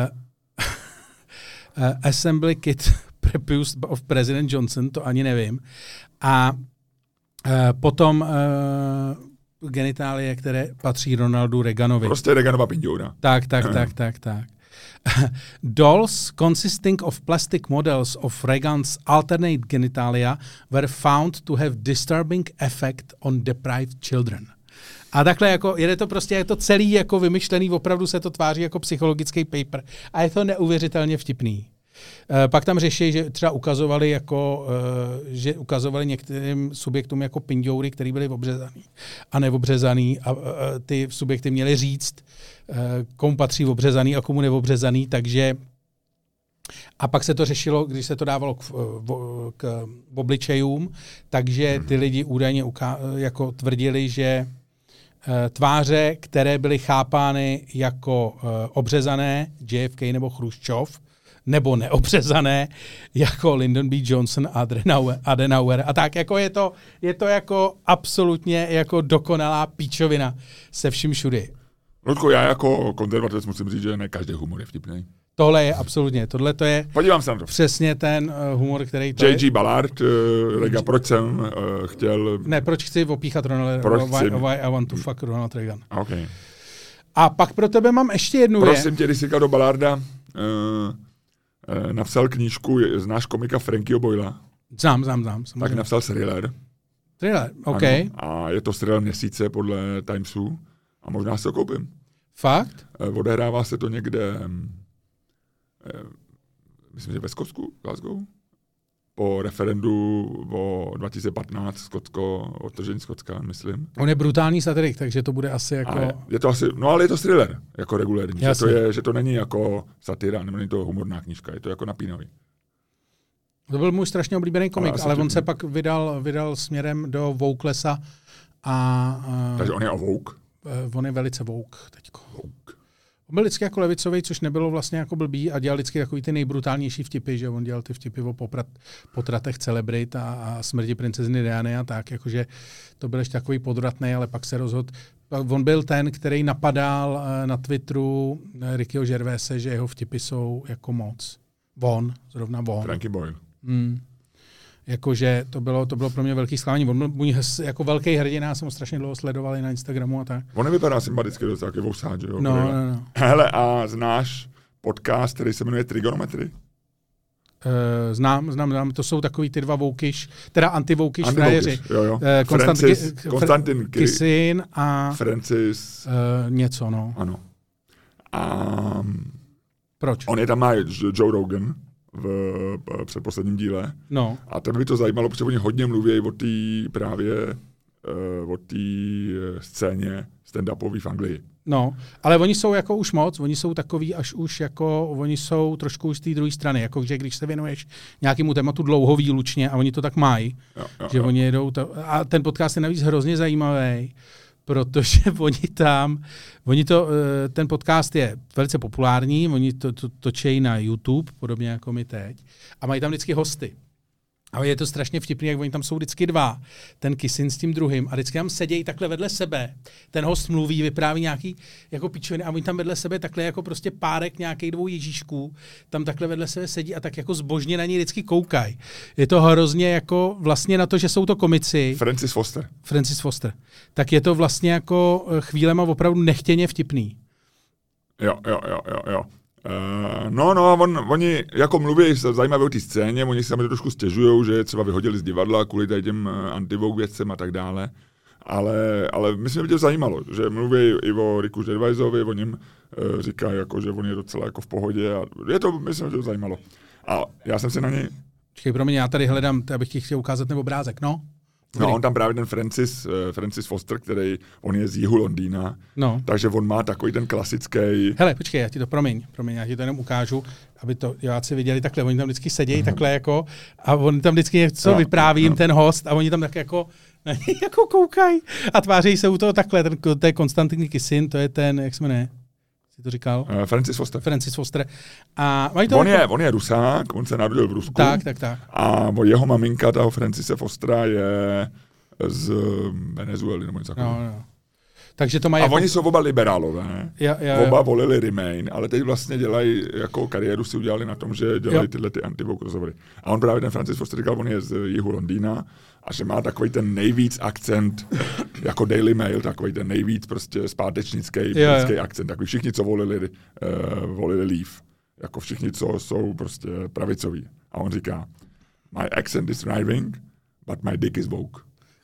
uh, Assembly Kit Prepuce of President Johnson, to ani nevím. A Uh, potom uh, genitálie, které patří Ronaldu Reaganovi. Prostě Reaganova pindoura. Tak, tak, tak, tak, tak. Dolls consisting of plastic models of Reagan's alternate genitalia were found to have disturbing effect on deprived children. A takhle jako, je to prostě, je to celý jako vymyšlený, opravdu se to tváří jako psychologický paper. A je to neuvěřitelně vtipný. Uh, pak tam řeší, že třeba ukazovali jako, uh, že ukazovali některým subjektům jako pindoury, který byly obřezaný a neobřezaný a uh, ty subjekty měly říct, uh, komu patří obřezaný a komu neobřezaný, takže a pak se to řešilo, když se to dávalo k, k, k obličejům, takže ty lidi údajně uká, jako tvrdili, že uh, tváře, které byly chápány jako uh, obřezané, J F K nebo Chruščov, nebo neobřezané, jako Lyndon B. Johnson a Adenauer. A tak jako je to, je to jako absolutně jako dokonalá píčovina se vším všudy. Ludku, já jako konzervativec musím říct, že ne každý humor je vtipný. Tohle je absolutně, tohle to je Podívám se na to. Přesně ten uh, humor, který to J G. Ballard, uh, Rega, proč jsem uh, chtěl... Ne, proč chci opíchat Ronald Reagan. Why, why I want to fuck Ronald Reagan. Okay. A pak pro tebe mám ještě jednu věc. Prosím tě, když jsi do Ballarda... Uh, napsal knížku, znáš komika Frankyho Boyla? Znám, znám, znám. Samozřejmě. Tak napsal thriller. Thriller, OK. Ano, a je to thriller měsíce podle Timesu a možná se ho koupím. Fakt? Odehrává se to někde, myslím, že ve Skotsku, Glasgow, po referendu o dva tisíce patnáct Skotsko, odtržení Skotska, myslím. On je brutální satirik, takže to bude asi jako... Je, je to asi, no ale je to thriller, jako regulérní. Že to, je, že to není jako satira, nebo není to humorná knížka, je to jako napínavý. To byl můj strašně oblíbený komik, ale, ale on se ne. pak vydal, vydal směrem do Wokelessa a... a takže on je o woke? On je velice woke teďko. Woke. On byl vždycky jako levicový, což nebylo vlastně jako blbý a dělal vždycky takový ty nejbrutálnější vtipy, že on dělal ty vtipy o poprat, potratech celebrit a, a smrti princezny Diany a tak, jakože to byl ještě takový podratný, ale pak se rozhodl. On byl ten, který napadal na Twitteru Rickyho Gervaise, že jeho vtipy jsou jako moc. On, zrovna on. Franky Boyle. Hmm. Jakože to bylo, to bylo pro mě velký zklamání. On byl můj jako velký hrdina, já jsem ho strašně dlouho sledoval i na Instagramu a tak. On nevypadá sympaticky dost takový vousát, že jo? No, no, no. Hele, a znáš podcast, který se jmenuje Trigonometry? Uh, znám, znám, znám. To jsou takový ty dva voukyš, teda anti-voukyš frajeři. Jo, jo. Uh, Konstant, Francis, Ki, Konstantin Kisin a... Francis... Uh, něco, no. Ano. A... Proč? On je tam má Joe Rogan v předposledním díle. No. A tebe by to zajímalo, protože oni hodně mluví o té právě uh, o té scéně stand-upový v Anglii. No, ale oni jsou jako už moc, oni jsou takový až už jako, oni jsou trošku už z té druhé strany, jako že když se věnuješ nějakému tématu dlouho výlučně a oni to tak mají, jo, jo, že jo. oni jedou to, a ten podcast je navíc hrozně zajímavý, protože oni tam, oni to, ten podcast je velice populární, oni to, to točejí na YouTube, podobně jako my teď, a mají tam vždycky hosty. A je to strašně vtipný, jak oni tam jsou vždycky dva, ten Kisin s tím druhým, a vždycky tam sedějí takhle vedle sebe. Ten host mluví, vypráví nějaký jako pičoviny a oni tam vedle sebe takhle jako prostě párek nějakých dvou Ježíšků, tam takhle vedle sebe sedí a tak jako zbožně na něj vždycky koukají. Je to hrozně jako vlastně na to, že jsou to komici. Francis Foster. Francis Foster. Tak je to vlastně jako chvílema opravdu nechtěně vtipný. Jo, jo, jo, jo, jo. Uh, no, no, on, oni jako mluví zajímavé o té scéně, oni si samozřejmě trošku stěžují, že je třeba vyhodili z divadla kvůli tady těm anti-Vogue věcem a tak dále, ale, ale myslím, že by to zajímalo, že mluví i o Ricku Gervaisovi, o něm uh, říkají, jako, že on je docela jako v pohodě a je to, myslím, že to zajímalo. A já jsem se na něj... Čekej, pro mě, já tady hledám, abych ti chtěl ukázat ten obrázek, no? No, on tam právě ten Francis, uh, Francis Foster, který, on je z jihu Londýna, no. Takže on má takový ten klasický... Hele, počkej, já ti to promiň, promiň, já ti to jenom ukážu, aby to diváci viděli takhle, oni tam vždycky sedějí uh-huh. takhle jako a on tam vždycky něco no, vypráví jim no. ten host a oni tam tak jako na něj jako koukají a tváří se u toho takhle, ten, to je Konstantin Kisin, to je ten, jak se jmenuje? Jsi to říkal? Uh, Francis Foster. Francis Foster. A mají to on, jako... je, on je Rusák, on se narodil v Rusku. Tak, tak, tak. A jeho maminka, toho Francise Fostera, je z Venezuely nebo něco takového. No, no. Takže to mají a jako... oni jsou oba liberálové. Ja, ja, ja. Oba volili Remain, ale teď vlastně dělají, jako kariéru si udělali na tom, že dělají tyhle ty anti-Vogue rozhovory. A on právě ten Francis Foster říkal, on je z jihu Londýna a že má takový ten nejvíc akcent, jako Daily Mail, takový ten nejvíc prostě zpátečnický britský akcent. Takový všichni, co volili, uh, volili Leave. Jako všichni, co jsou prostě pravicoví. A on říká, my accent is right wing, but my dick is woke.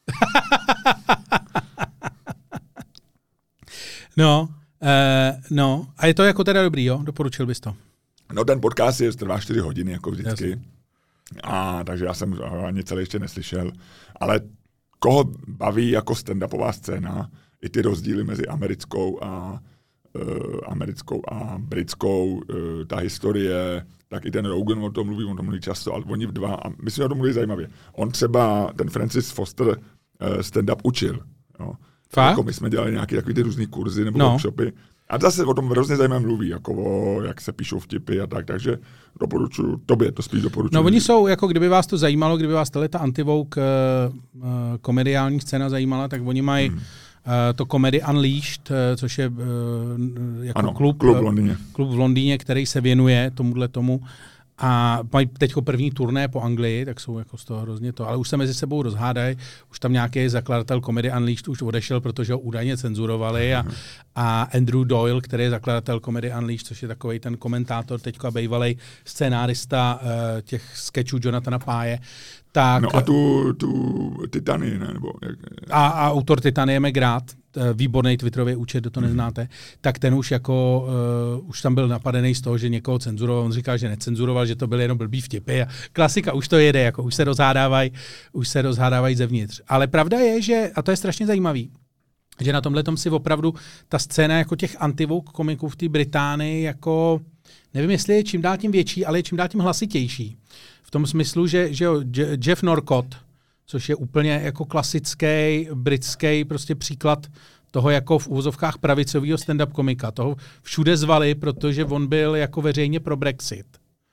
No, uh, no, a je to jako teda dobrý, jo? Doporučil bys to? No ten podcast je trvá čtyři hodiny, jako vždycky. Jasně. A takže já jsem ani celý ještě neslyšel. Ale koho baví jako stand-upová scéna, i ty rozdíly mezi americkou a, uh, americkou a britskou, uh, ta historie, tak i ten Rogan o tom mluví, on to mluví často, ale oni v dva, a myslím, že o tom mluví zajímavě. On třeba, ten Francis Foster, uh, stand-up učil, jo. Fakt? Jako my jsme dělali nějaké takové ty různý kurzy nebo no. workshopy. A zase o tom hrozně zajímavě mluví, jako o, jak se píšou vtipy a tak, takže doporučuji, tobě to spíš doporučuji. No oni jsou, jako kdyby vás to zajímalo, kdyby vás ta anti-Vogue uh, komediální scéna zajímala, tak oni mají hmm. uh, to Comedy Unleashed, uh, což je uh, jako ano, klub, klub v Londýně. klub v Londýně, který se věnuje tomuhle tomu. A mají teďko první turné po Anglii, tak jsou jako z toho hrozně to, ale už se mezi sebou rozhádají, už tam nějaký zakladatel Comedy Unleashed už odešel, protože ho údajně cenzurovali a, a Andrew Doyle, který je zakladatel Comedy Unleashed, což je takovej ten komentátor teďko a bývalej scénárista uh, těch sketchů Jonathana Páje, tak... No a tu, tu Titany, ne? Nebo jak... A, a autor Titany je McGrath, výborný Twitterový účet, kdo to neznáte, tak ten už jako, uh, už tam byl napadený z toho, že někoho cenzuroval, on říkal, že necenzuroval, že to byly jenom blbý vtipy a klasika, už to jede, jako už se rozhádávají, už se rozhádávají zevnitř. Ale pravda je, že, a to je strašně zajímavý, že na tomhle tom si opravdu ta scéna jako těch anti-Vogue komiků v té Británii jako, nevím, jestli je čím dál tím větší, ale je čím dál tím hlasitější. V tom smyslu, že, že jo, Jeff Norcott, což je úplně jako klasický britský prostě příklad toho jako v úvozovkách pravicového stand-up komika. Toho všude zvali, protože on byl jako veřejně pro Brexit.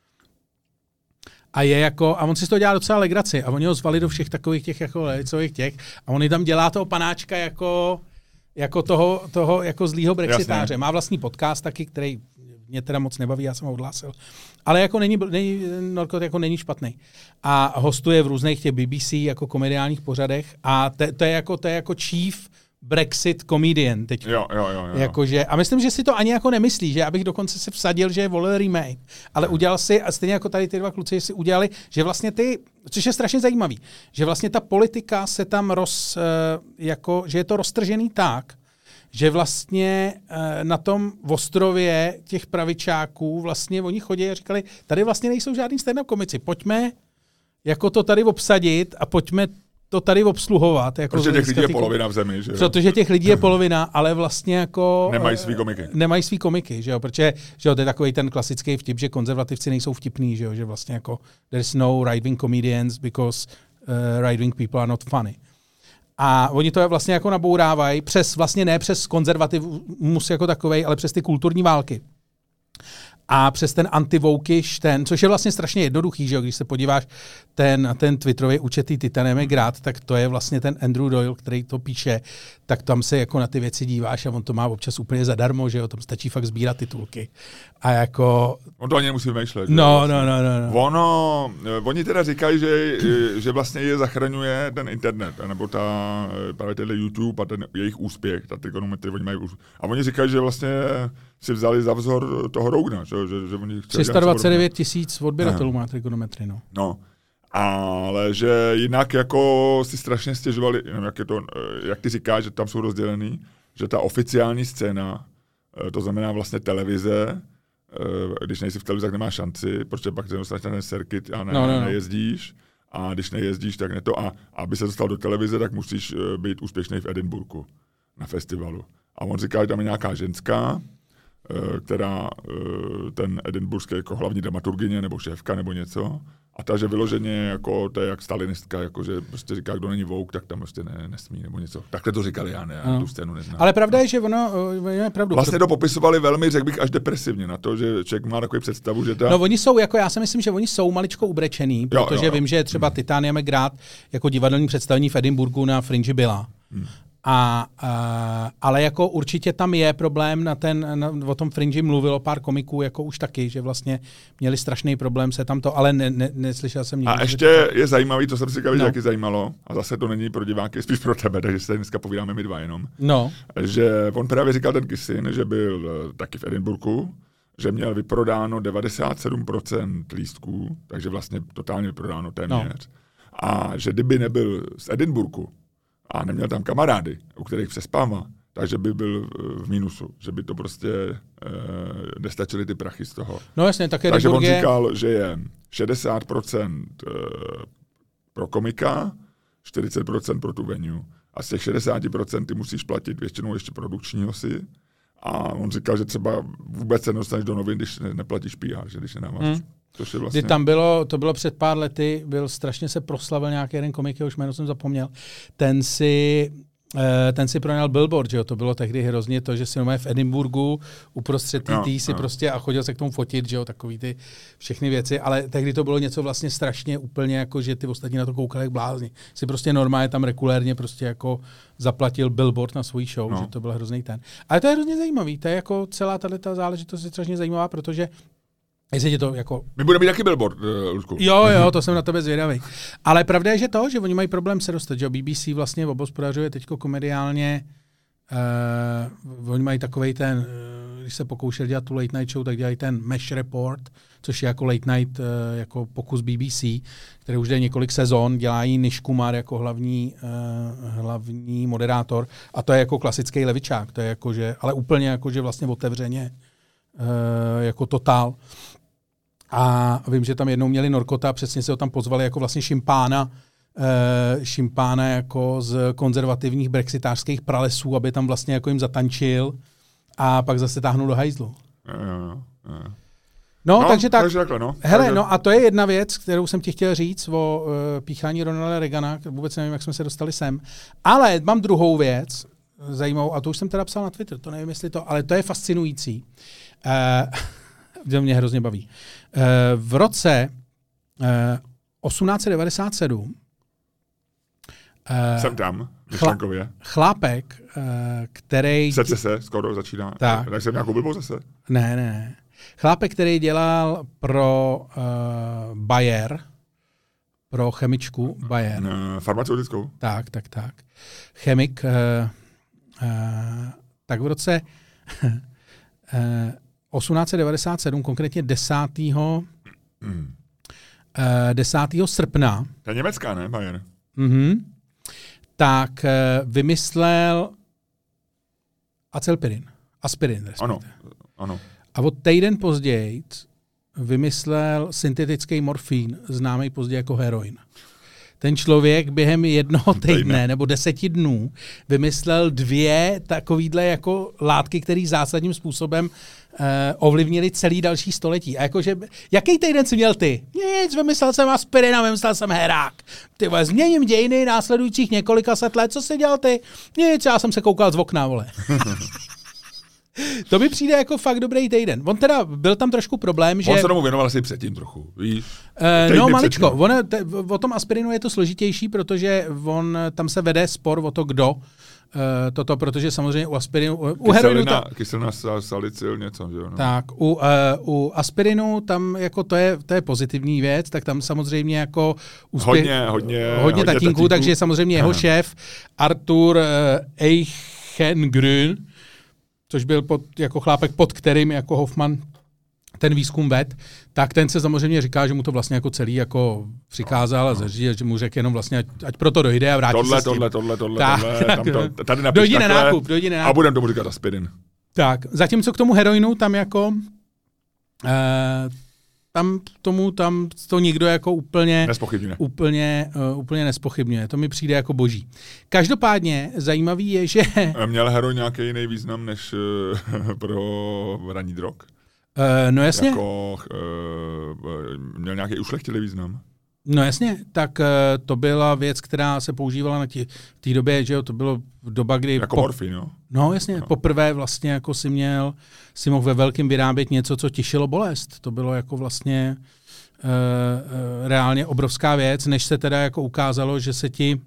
A je jako, a on si z toho dělá docela legraci a oni ho zvali do všech takových těch jako levicových těch a on tam dělá toho panáčka jako, jako toho, toho jako zlýho brexitáře. Jasně. Má vlastní podcast taky, který mě teda moc nebaví, já jsem ho odhlásil. Ale jako není, není, Norcott jako není špatný. A hostuje v různých těch B B C jako komediálních pořadech a te, to, je jako, to je jako chief Brexit comedian teď. Jo, jo, jo, jo. Jakože, a myslím, že si to ani jako nemyslí, že abych dokonce si vsadil, že je volil Remain. Ale udělal si, a stejně jako tady ty dva kluci si udělali, že vlastně ty, což je strašně zajímavý, že vlastně ta politika se tam roz, jako, že je to roztržený tak, že vlastně na tom ostrově těch pravičáků vlastně oni chodí a říkali, tady vlastně nejsou žádný stand-up komici, pojďme jako to tady obsadit a pojďme to tady obsluhovat. Jako protože těch lidí je polovina v zemi, že jo? Protože těch lidí je polovina, ale vlastně jako... Nemají svý komiky. Nemají svý komiky, že jo? Protože že jo, to je takový ten klasický vtip, že konzervativci nejsou vtipní, že jo? Že vlastně jako there's no right-wing comedians because uh, right-wing people are not funny. A oni to vlastně jako nabourávají přes, vlastně ne přes konzervativismus jako takovej, ale přes ty kulturní války. A přes ten anti-wokish, ten, což je vlastně strašně jednoduchý, že jo? Když se podíváš ten, na ten Twitterový účet Titanem Grad, tak to je vlastně ten Andrew Doyle, který to píše, tak tam se jako na ty věci díváš a on to má občas úplně zadarmo, že jo? Tam stačí fakt sbírat titulky. A jako... On to ani nemusí vymýšlet. No, vlastně. no, no, no, no. Ono, oni teda říkají, že, že vlastně je zachraňuje ten internet, nebo ta, právě tenhle YouTube a ten jejich úspěch, ta trigonometrie, oni mají úspěch. A oni říkají, že vlastně si vzali za vzor toho Rogna, že, že, že oni tři sta dvacet devět tisíc odběratelů má trigonometrii, no. No, ale že jinak jako si strašně stěžovali, jak, je to, jak ty říkáš, že tam jsou rozdělený, že ta oficiální scéna, to znamená vlastně televize, když nejsi v televizi, tak nemáš šanci, protože pak se dostaneš na ten circuit a ne, no, no, no. nejezdíš. A když nejezdíš, tak ne to. A aby se dostal do televize, tak musíš být úspěšný v Edinburghu na festivalu. A on říká, že tam je nějaká ženská, která ten edinburghský jako hlavní dramaturgyně nebo šéfka nebo něco. A ta, že vyloženě jako, to je jak stalinistka, jako, že prostě říká, kdo není woke, tak tam prostě ne, nesmí nebo něco. Takhle to říkali, já ne, já no. tu scénu neznám. Ale pravda je, že ono, je pravdu. Vlastně to popisovali velmi, řekl bych, až depresivně na to, že člověk má takovou představu, že ta... No oni jsou, jako já si myslím, že oni jsou maličko ubrečený, protože jo, jo, jo. vím, že třeba Titanium Grad jako divadelní představení v Edinburghu na Fringe byla. Hmm. A, a, ale jako určitě tam je problém, na ten, na, o tom Fringe mluvilo pár komiků jako už taky, že vlastně měli strašný problém se tam to, ale ne, ne, neslyšel jsem nikdy. A ještě je zajímavý, to jsem si říkal, no. jaký zajímalo, a zase to není pro diváky, spíš pro tebe, takže se dneska povídáme my dva jenom. No. Že on právě říkal ten Kissin, že byl taky v Edinburghu, že měl vyprodáno devadesát sedm procent lístků, takže vlastně totálně vyprodáno téměř. No. A že kdyby nebyl z Edinburghu, a neměl tam kamarády, u kterých přespává, takže by byl v mínusu, že by to prostě e, nestačily ty prachy z toho. No jasně, také takže on je... říkal, že je šedesát procent e, pro komika, čtyřicet procent pro tu venue. A z těch šedesát procent ty musíš platit většinou ještě produkčního si. A on říkal, že třeba vůbec se nedostaneš do novin, když ne, neplatíš P R, že když nedáváš. Hmm. Vlastně... Kdy tam bylo, to bylo před pár lety, byl strašně se proslavil nějaký jeden komik, už jméno jsem zapomněl, ten si, ten si pronajal billboard, že jo, to bylo tehdy hrozně to, že si nomé v Edinburghu uprostřed tý, tý si no. prostě a chodil se k tomu fotit, že jo, takový ty všechny věci, ale tehdy to bylo něco vlastně strašně úplně jako, že ty ostatní na to koukali jak blázni. Si prostě normálně tam regulérně prostě jako zaplatil billboard na svůj show, no. že to byl hrozný ten. Ale to je hrozně zajímavý, to je jako celá tato záležitost je strašně zajímavá, protože jestli tě to jako... My budeme mít taky billboard, Luďku. Jo, jo, to jsem na tebe zvědavý. Ale pravda je, že to, že oni mají problém se dostat, že B B C vlastně obhospodařuje teďko komediálně, uh, oni mají takovej ten, uh, když se pokoušeli dělat tu late night show, tak dělají ten Mesh Report, což je jako late night uh, jako pokus B B C, který už jde několik sezon, dělají Nish Kumar jako hlavní, uh, hlavní moderátor a to je jako klasický levičák, to je jako, že, ale úplně jako, že vlastně otevřeně uh, jako totál. A vím, že tam jednou měli Norkota, přesně se ho tam pozvali jako vlastně šimpána, e, šimpána jako z konzervativních brexitářských pralesů, aby tam vlastně jako jim zatančil a pak zase táhnul do hajzlu. No, no, takže tak. Takže takhle, no. Hele, takže... no a to je jedna věc, kterou jsem ti chtěl říct o uh, píchání Ronalda Reagana, vůbec nevím, jak jsme se dostali sem. Ale mám druhou věc, zajímavou, a to už jsem teda psal na Twitter, to nevím, jestli to, ale to je fascinující. Uh, to mě hrozně baví. Uh, v roce uh, osmnáct set devadesát sedm uh, jsem tam, chla- chlápek, uh, který... Srdce se, skoro začíná. Tak. Tak jsem nějakou blbou zase? Ne, ne, ne. Chlápek, který dělal pro uh, Bayer, pro chemičku Bayer. Uh, farmaceutickou. Tak, tak, tak. Chemik. Uh, uh, tak v roce uh, osmnáct set devadesát sedm, konkrétně desátého Hmm. Uh, desátého srpna. To je německá, ne, Bayer? Uh-huh, tak uh, vymyslel acylpirin. Aspirin, respektive. Ano, ano. A od týden později vymyslel syntetický morfín, známý později jako heroin. ten člověk během jednoho týdne nebo deseti dnů vymyslel dvě takovýhle jako látky, které zásadním způsobem uh, ovlivnili celý další století. A jakože, jaký týden jsi měl ty? Nic, vymyslel jsem aspirin a vymyslel jsem herák. Ty vole, změním dějiny následujících několika set let. Co jsi dělal ty? Nic, já jsem se koukal z okna, vole. To mi přijde jako fakt dobrý týden. On teda, byl tam trošku problém, že... On se tomu věnoval asi předtím trochu, víš? Uh, no, maličko. On, te, o tom aspirinu je to složitější, protože on, tam se vede spor o to, kdo uh, toto, protože samozřejmě u aspirinu... U kyselina, heroinu ta, kyselina salicil něco, že jo? No. Tak, u, uh, u aspirinu tam jako to je, to je pozitivní věc, tak tam samozřejmě jako úspěch... Hodně, hodně, hodně, hodně tatínků, tatínků, takže samozřejmě jeho Aha. šéf Arthur uh, Eichengrün, což byl pod, jako chlápek, pod kterým jako Hoffman ten výzkum ved, tak ten se samozřejmě říká, že mu to vlastně jako celý jako přikázal a zařídil, že mu řekl jenom vlastně, ať, ať proto dojde a vrátí tohle, se s tím. Tohle, tohle, tohle, tak, tohle, tam to, tady napiš dojdi takhle na nákup, dojdi na nákup. A budem tomu říkat aspirin. Tak, zatímco k tomu heroinu tam jako eh, tam tomu tam to nikdo jako úplně Nespochybně. úplně, uh, úplně nespochybňuje. To mi přijde jako boží. Každopádně zajímavý je, že... Měl heroin nějaký jiný význam než uh, pro ranní drog? Uh, no jasně. Jako, uh, měl nějaký ušlechtilý význam? No jasně, tak uh, to byla věc, která se používala na tí, v té době, že jo, to bylo doba, kdy... Jako po, morfin, jo? No jasně, no. poprvé vlastně jako si měl, si mohl ve velkém vyrábět něco, co těšilo bolest. To bylo jako vlastně uh, uh, reálně obrovská věc, než se teda jako ukázalo, že se ti...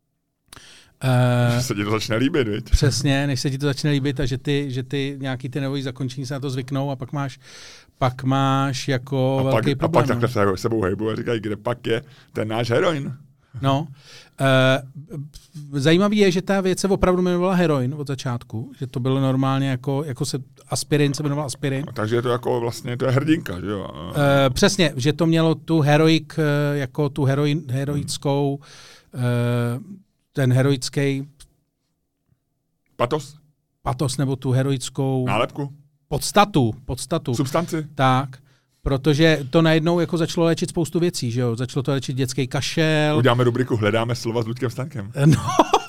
Uh, že se ti to začne líbit, viď? Přesně, než se ti to začne líbit a že ty, že ty nějaký ty nevojí zakončení se na to zvyknou a pak máš, pak máš jako a velký pak, problém. A pak takhle se jako sebou hejbu a říkají, kde pak je ten náš heroin. No, uh, zajímavý je, že ta věc se opravdu jmenovala heroin od začátku, že to bylo normálně jako, jako se aspirin se jmenoval aspirin. No, takže je to jako vlastně, to je hrdinka, že jo? Uh, přesně, že to mělo tu heroik, jako tu heroin, heroickou, uh, ten heroický patos? Patos nebo tu heroickou nálepku? Podstatu, podstatu. Substanci? Tak, protože to najednou jako začalo léčit spoustu věcí, že jo? Začalo to léčit dětský kašel. Uděláme rubriku Hledáme slova s Luďkem Stankem. No.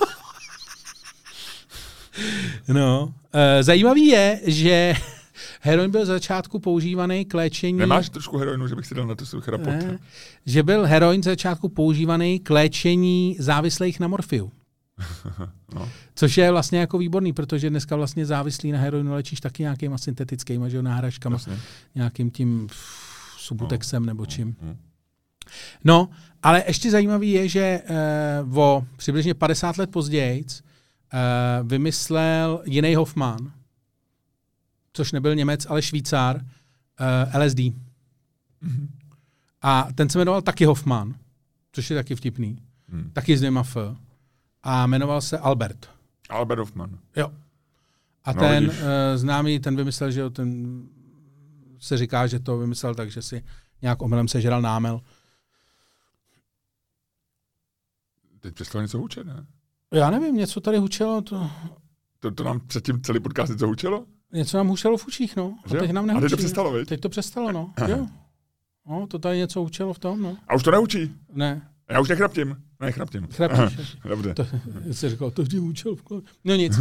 no. E, zajímavý je, že heroin byl za začátku používaný k léčení... Nemáš trošku heroinu, že bych si dal na to suchra pot? Ne, že byl heroin za začátku používaný k léčení závislých na morfiu. no. Což je vlastně jako výborný, protože dneska vlastně závislý na heroinu léčíš taky nějakýma syntetickýma, že jo, náhražkama, vlastně. Nějakým tím pff, subutexem no. nebo čím. No. no, ale ještě zajímavý je, že uh, o přibližně padesát let později uh, vymyslel jiný Hoffman, což nebyl Němec, ale Švýcar, uh, L S D. Mm-hmm. A ten se jmenoval taky Hoffman, což je taky vtipný. Mm. Taky s dvěma F. A jmenoval se Albert. Albert Hoffman. Jo. A no, ten uh, známý, ten vymyslel, že ten se říká, že to vymyslel tak, že si nějak omylem sežral námel. Teď přestalo něco hučet, ne? Já nevím, něco tady hučelo. To, to, to nám předtím celý podcast něco hučelo? Něco nám hučelo v uších, no. A teď nám nehučí. A teď to přestalo, viď? Teď to přestalo, no. Jo. No, to tady něco hučelo v tom, no. A už to nehučí? Ne. Já už nechraptím. Ne, chraptím. Chraptíš. Dobře. To, jsi říkal, to vždy hučel v kole. No nic.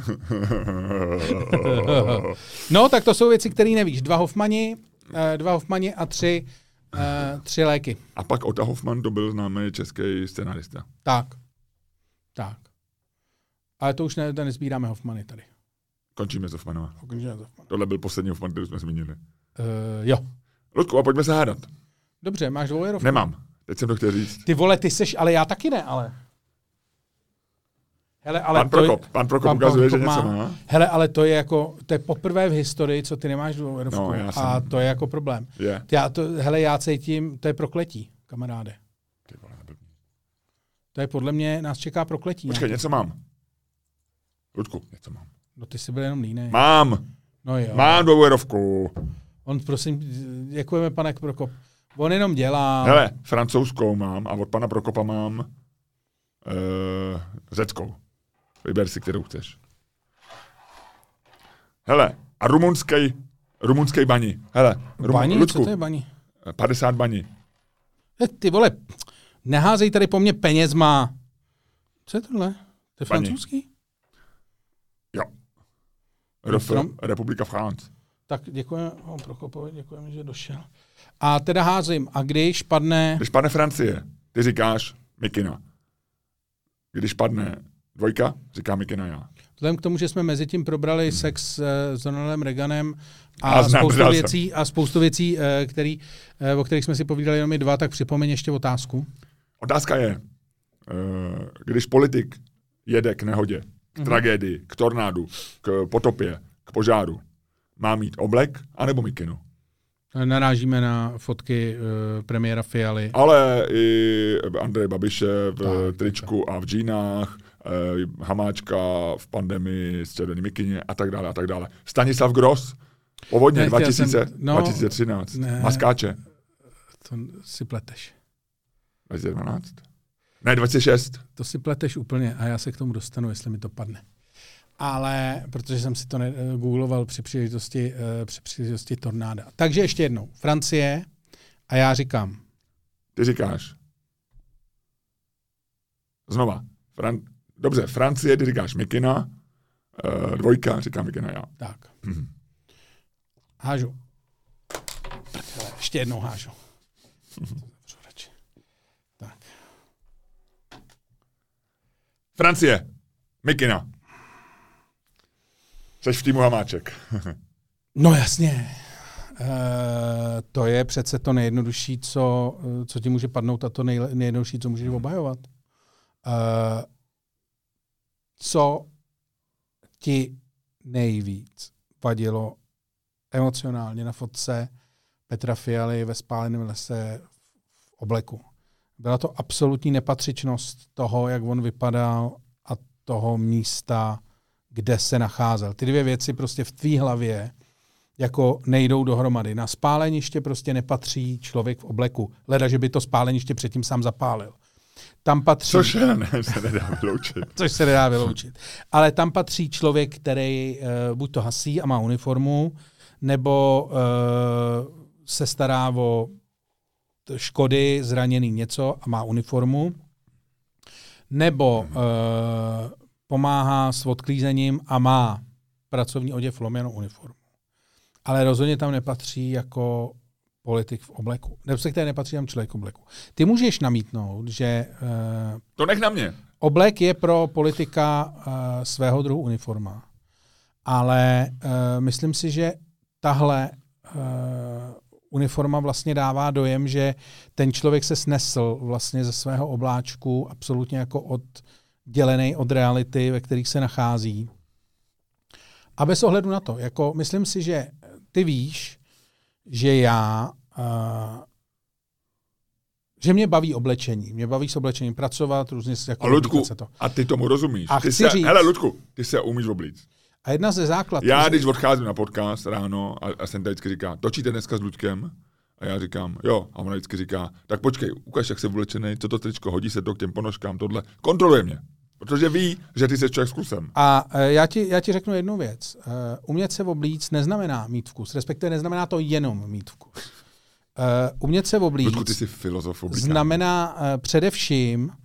No, tak to jsou věci, které nevíš. Dva Hoffmani, dva Hoffmani a tři, uh, tři léky. A pak Ota Hoffman, to byl známý český scenarista. Tak. Tak. Ale to už ne, nezbíráme Hoffmany tady. Končíme s Hoffmanova. Končíme s Hoffman. Tohle byl poslední Hoffman, který jsme zmínili. Uh, jo. Ludku, a pojďme se hádat. Dobře, máš dvoujerovku? Nemám. Teď jsem to chtěl říct. Ty vole, ty seš, ale já taky ne, ale. Hele, ale pan Prokop, pan Prokop pan ukazuje, Prokop že něco má. má. Hele, ale to je jako, to je poprvé v historii, co ty nemáš dvoujerovku. No, a to je jako problém. Je. Já to, hele, já cítím, to je prokletí, kamaráde. Ty vole, to je podle mě, nás čeká prokletí. Počkej, něco mám. Ludku, něco mám. No ty jsi byl jenom línej. Mám. No jo. Mám dvoujerovku. On, prosím, děkujeme, pane Prokop. On jenom dělá... Hele, francouzskou mám a od pana Prokopa mám uh, řeckou. Vyber si, kterou chceš. Hele, a rumunský, rumunský bani. Hele, rum, bani? Lucku, co to je bani? padesát bani. Ty vole, Neházej tady po mně penězma. Co je tohle? To je Paní. francouzský? Jo. Ref, From- Republika France. Tak děkujeme oh, Prokopovi, děkujeme, že došel. A teda házím. A když padne... Když padne Francie, ty říkáš Mikina. Když padne dvojka, říká Mikina já. Vzhledem k tomu, že jsme mezi tím probrali hmm. sex uh, s Donaldem Reaganem a, a znám, spoustu věcí, a spoustu věcí, uh, který, uh, o kterých jsme si povídali jenom my dva, tak připomeň ještě otázku. Otázka je, uh, když politik jede k nehodě, k hmm. tragédii, k tornádu, k potopě, k požáru, má mít oblek anebo mikinu? Narážíme na fotky uh, premiéra Fialy. Ale i Andreje Babiše v tak, tričku tak. a v džínách, eh, Hamáčka v pandemii s červený mikině a tak dále a tak dále. Stanislav Gross, povodně dva tisíce, jsem, no, dva tisíce třináct, ne, Maskáče. To si pleteš. dva tisíce dvanáct? Ne, dva tisíce šest. To si pleteš úplně a já se k tomu dostanu, jestli mi to padne. Ale, protože jsem si to ne, googloval při příležitosti, uh, při příležitosti tornáda. Takže ještě jednou. Francie a já říkám. Ty říkáš. Znova. Fran- Dobře, Francie, ty říkáš Mikina, uh, dvojka, říkám Mikina já. Tak. Mm-hmm. Hážu. Ještě jednou hážu. Mm-hmm. Tak. Francie, Mikina. Jseš v týmu Hamáček. No jasně. E, to je přece to nejjednodušší, co, co ti může padnout a to nej, nejjednodušší, co můžeš obhajovat. E, co ti nejvíc vadilo emocionálně na fotce Petra Fialy ve spáleném lese v obleku? Byla to absolutní nepatřičnost toho, jak on vypadal a toho místa, kde se nacházel. Ty dvě věci prostě v tvý hlavě jako nejdou dohromady. Na spáleniště prostě nepatří člověk v obleku. Leda, že by to spáleniště předtím sám zapálil. Tam patří... Což ne, se nedá vyloučit. Což se nedá vyloučit. Ale tam patří člověk, který uh, buď to hasí a má uniformu, nebo uh, se stará o škody, zraněný něco a má uniformu, nebo uh, pomáhá s odklízením a má pracovní oděv lomenou uniformu. Ale rozhodně tam nepatří jako politik v obleku. Respektive nepatří tam člověk v obleku. Ty můžeš namítnout, že uh, to nech na mě. Oblek je pro politika uh, svého druhu uniforma. Ale uh, myslím si, že tahle uh, uniforma vlastně dává dojem, že ten člověk se snesl vlastně ze svého obláčku absolutně jako oddělený od reality, ve kterých se nachází. A bez ohledu na to, jako myslím si, že ty víš, že já, uh, že mě baví oblečení. Mě baví s oblečením pracovat, různě jako... A Ludku, to. A ty tomu rozumíš. A ty chci se, říct, hele, Ludku, ty se umíš oblíct. A jedna ze základů... Já, když odcházím na podcast ráno a, a jsem tady vždycky říká, točíte dneska s Luďkem? A já říkám, jo. A ona vždycky říká, tak počkej, ukaž, jak jsi oblečený, co to tričko, hodí se to k těm ponožkám, tohle. Kontroluje mě. Protože ví, že ty jsi člověk s kusem. A uh, já, ti, já ti řeknu jednu věc. Uh, umět se oblíct neznamená mít vkus, respektive neznamená to jenom mít vkus. Uh, umět se oblíct Ludku, ty jsi filozof oblíkání. Znamená uh, především uh,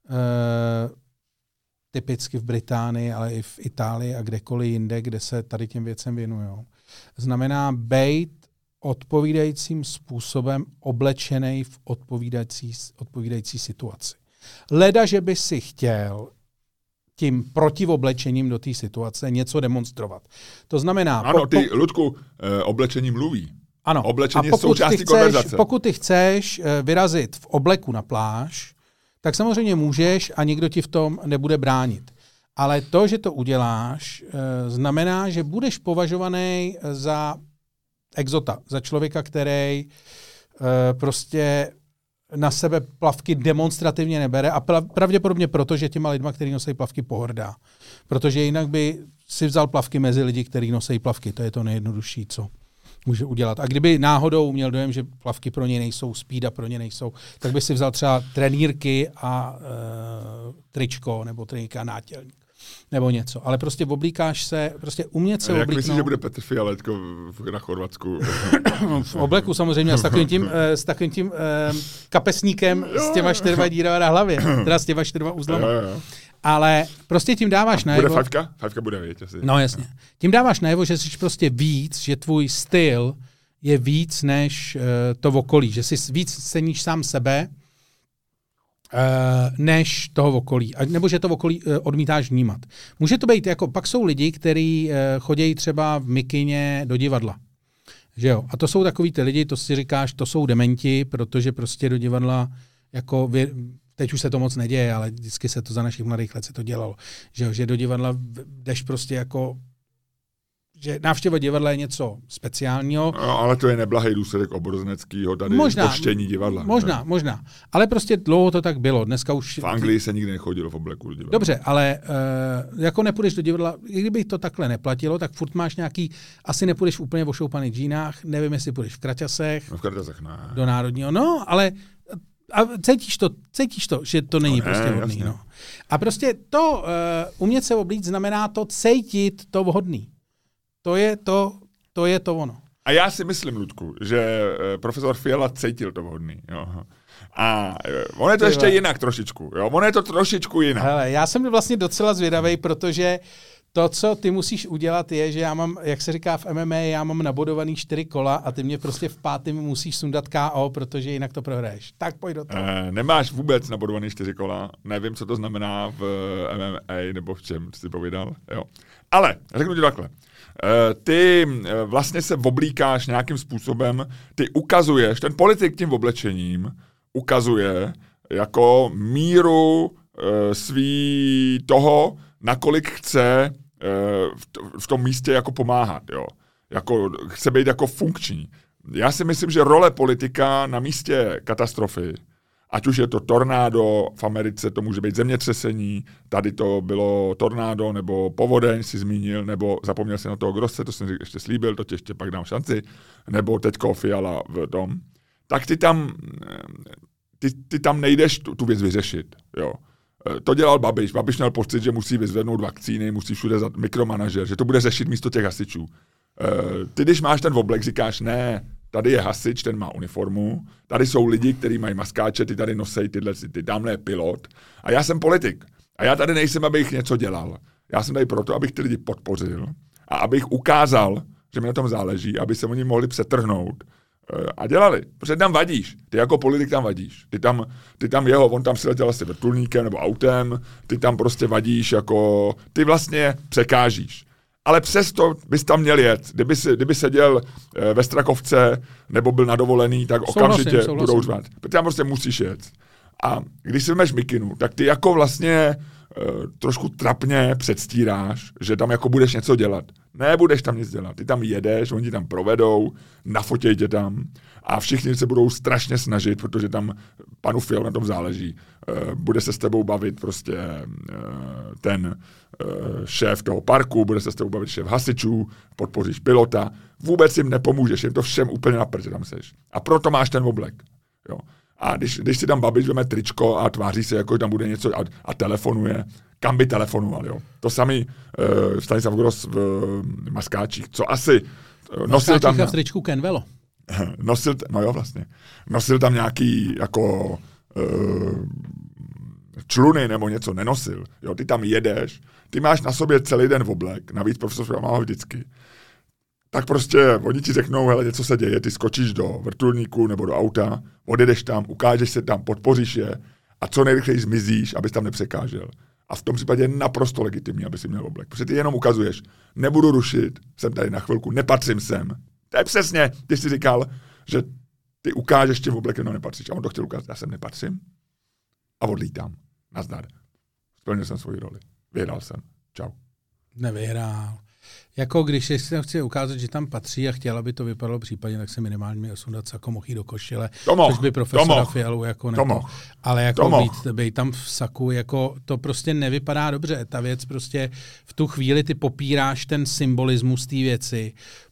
typicky v Británii, ale i v Itálii a kdekoliv jinde, kde se tady těm věcem věnujou. Znamená být odpovídajícím způsobem oblečený v odpovídající, odpovídající situaci. Leda, že by si chtěl tím protivoblečením do té situace něco demonstrovat. To znamená... Ano, po, ty, po, Ludku, eh, oblečení mluví. Ano. Oblečení je součástí konverzace. Pokud ty chceš eh, vyrazit v obleku na pláž, tak samozřejmě můžeš a nikdo ti v tom nebude bránit. Ale to, že to uděláš, eh, znamená, že budeš považovaný za exota, za člověka, který eh, prostě na sebe plavky demonstrativně nebere a pravděpodobně proto, že těma lidma, kteří nosí plavky, pohrdá. Protože jinak by si vzal plavky mezi lidi, kteří nosí plavky. To je to nejjednodušší, co může udělat. A kdyby náhodou měl dojem, že plavky pro ně nejsou, spída pro ně nejsou, tak by si vzal třeba trenýrky a e, tričko nebo trenýrka a nátělník. nebo něco. Ale prostě oblíkáš se, prostě umět se jak oblíknout. myslíš, že bude Petr Fiala na Chorvatsku? V obleku samozřejmě, s takovým tím, s takovým tím eh, kapesníkem jo, s těma čtyřma dírama na hlavě, teda s těma čtyřma uzlama. Jo, jo. Ale prostě tím dáváš najevo... Bude fajfka? Fajfka bude, vědět asi. No jasně. Tím dáváš najevo, že jsi prostě víc, že tvůj styl je víc než uh, to okolí, že jsi víc ceníš sám sebe, uh, než toho okolí. A, nebo že to okolí uh, odmítáš vnímat. Může to být jako, pak jsou lidi, kteří uh, chodí třeba v mikině do divadla. Že jo? A to jsou takový ty lidi, to si říkáš, to jsou dementi, protože prostě do divadla jako... Vě, teď už se to moc neděje, ale vždycky se to za našich mladých let se to dělalo. Že, že do divadla jdeš prostě jako, že návštěva divadla je něco speciálního. No, ale to je neblahý důsledek obrozeneckého tady možná, poštění divadla. Možná, ne? možná. Ale prostě dlouho to tak bylo. Dneska už... V Anglii se nikdy nechodilo v obleku do divadla. Dobře, ale uh, jako nepůjdeš do divadla, i kdyby to takhle neplatilo, tak furt máš nějaký, asi nepůjdeš v úplně ošoupaných džínách, nevím, jestli půjdeš v kraťasech. No v kraťasech ne. Do národního, no, ale... A cítíš to, cítíš to, že to není no ne, prostě hodný. No. A prostě to uh, umět se oblíct znamená to cítit to vhodný. To je to, to je to ono. A já si myslím, Ludku, že profesor Fiala cítil to vhodný. Jo. A on je to ještě jinak trošičku. Jo. On je to trošičku jinak. Hele, já jsem vlastně docela zvědavej, protože to, co ty musíš udělat, je, že já mám, jak se říká v M M A, já mám nabodovaný čtyři kola a ty mě prostě v pátém musíš sundat K O, protože jinak to prohraješ. Tak pojď do toho. E, nemáš vůbec nabodovaný čtyři kola. Nevím, co to znamená v M M A nebo v čem, co jsi povídal. Jo. Ale, řeknu ti takhle. E, ty vlastně se oblíkáš nějakým způsobem, ty ukazuješ, ten politik tím oblečením ukazuje jako míru e, svý toho, nakolik chce v tom místě jako pomáhat, jo. Jako, chce být jako funkční. Já si myslím, že role politika na místě katastrofy, ať už je to tornádo, v Americe to může být zemětřesení, tady to bylo tornádo, nebo povodeň si zmínil, nebo zapomněl si na toho Grosse, to jsem ještě slíbil, to tě ještě pak dám šanci, nebo teďko Fiala v tom, tak ty tam, ty, ty tam nejdeš tu, tu věc vyřešit, jo. To dělal Babiš. Babiš měl pocit, že musí vyzvednout vakcíny, musí všude za mikromanažer, že to bude řešit místo těch hasičů. Ty, když máš ten oblek, říkáš, ne, tady je hasič, ten má uniformu, tady jsou lidi, kteří mají maskáče, ty tady nosejí tyhle, ty, tamhle je pilot. A já jsem politik. A já tady nejsem, abych něco dělal. Já jsem tady proto, abych ty lidi podpořil a abych ukázal, že mi na tom záleží, aby se oni mohli přetrhnout a dělali. Protože tam vadíš. Ty jako politik tam vadíš. Ty tam, ty tam jeho, on tam si letěl asi vrtulníkem nebo autem, ty tam prostě vadíš jako, ty vlastně překážíš. Ale přesto bys tam měl jet. Kdyby, si, kdyby seděl ve Strakovce nebo byl na dovolený, tak okamžitě souhlasím, souhlasím. budou řvát. Protože tam prostě musíš jet. A když si vemeš mikinu, tak ty jako vlastně uh, trošku trapně předstíráš, že tam jako budeš něco dělat. Nebudeš tam nic dělat. Ty tam jedeš, oni tam provedou, nafotěj tě tam a všichni se budou strašně snažit, protože tam panu Fial na tom záleží. Uh, bude se s tebou bavit prostě uh, ten uh, šéf toho parku, bude se s tebou bavit šéf hasičů, podpoříš pilota. Vůbec jim nepomůžeš, jim to všem úplně na prd, tam seš. A proto máš ten oblek. Jo. A když, když si tam Babiš veme tričko a tváří se, jako tam bude něco a, a telefonuje, kam by telefonoval, jo. To samý uh, Stanislav Gross v uh, maskáčích, co asi uh, nosil tam... a v tričku Kenvelo. Nosil, no jo, vlastně. Nosil tam nějaký jako uh, čluny nebo něco, nenosil. Jo, ty tam jedeš, ty máš na sobě celý den v oblek, navíc profesor má ho vždycky. Tak prostě oni ti řeknou, hele, něco se děje, ty skočíš do vrtulníku nebo do auta, odjedeš tam, ukážeš se tam, podpoříš je a co nejrychleji zmizíš, abys tam nepřekážel. A v tom případě je naprosto legitimní, aby si měl oblek. Protože ty jenom ukazuješ, nebudu rušit, jsem tady na chvilku, nepatřím sem. To je přesně, když jsi říkal, že ty ukážeš tím oblekem, no nepatříš. A on to chtěl ukázat, já sem nepatřím a odlítám. Nazdar. Splnil jsem svoji roli. Vyhrál jsem. Čau. Nevyhrál. Jako když si chci ukázat, že tam patří a chtěla by to vypadalo případně, tak se minimálně měl sundat sako mohl jít do košile, moh, což by profesora Fialu jako neto. Ale jako být, být tam v saku, jako to prostě nevypadá dobře. Ta věc prostě v tu chvíli ty popíráš ten symbolismus té věci,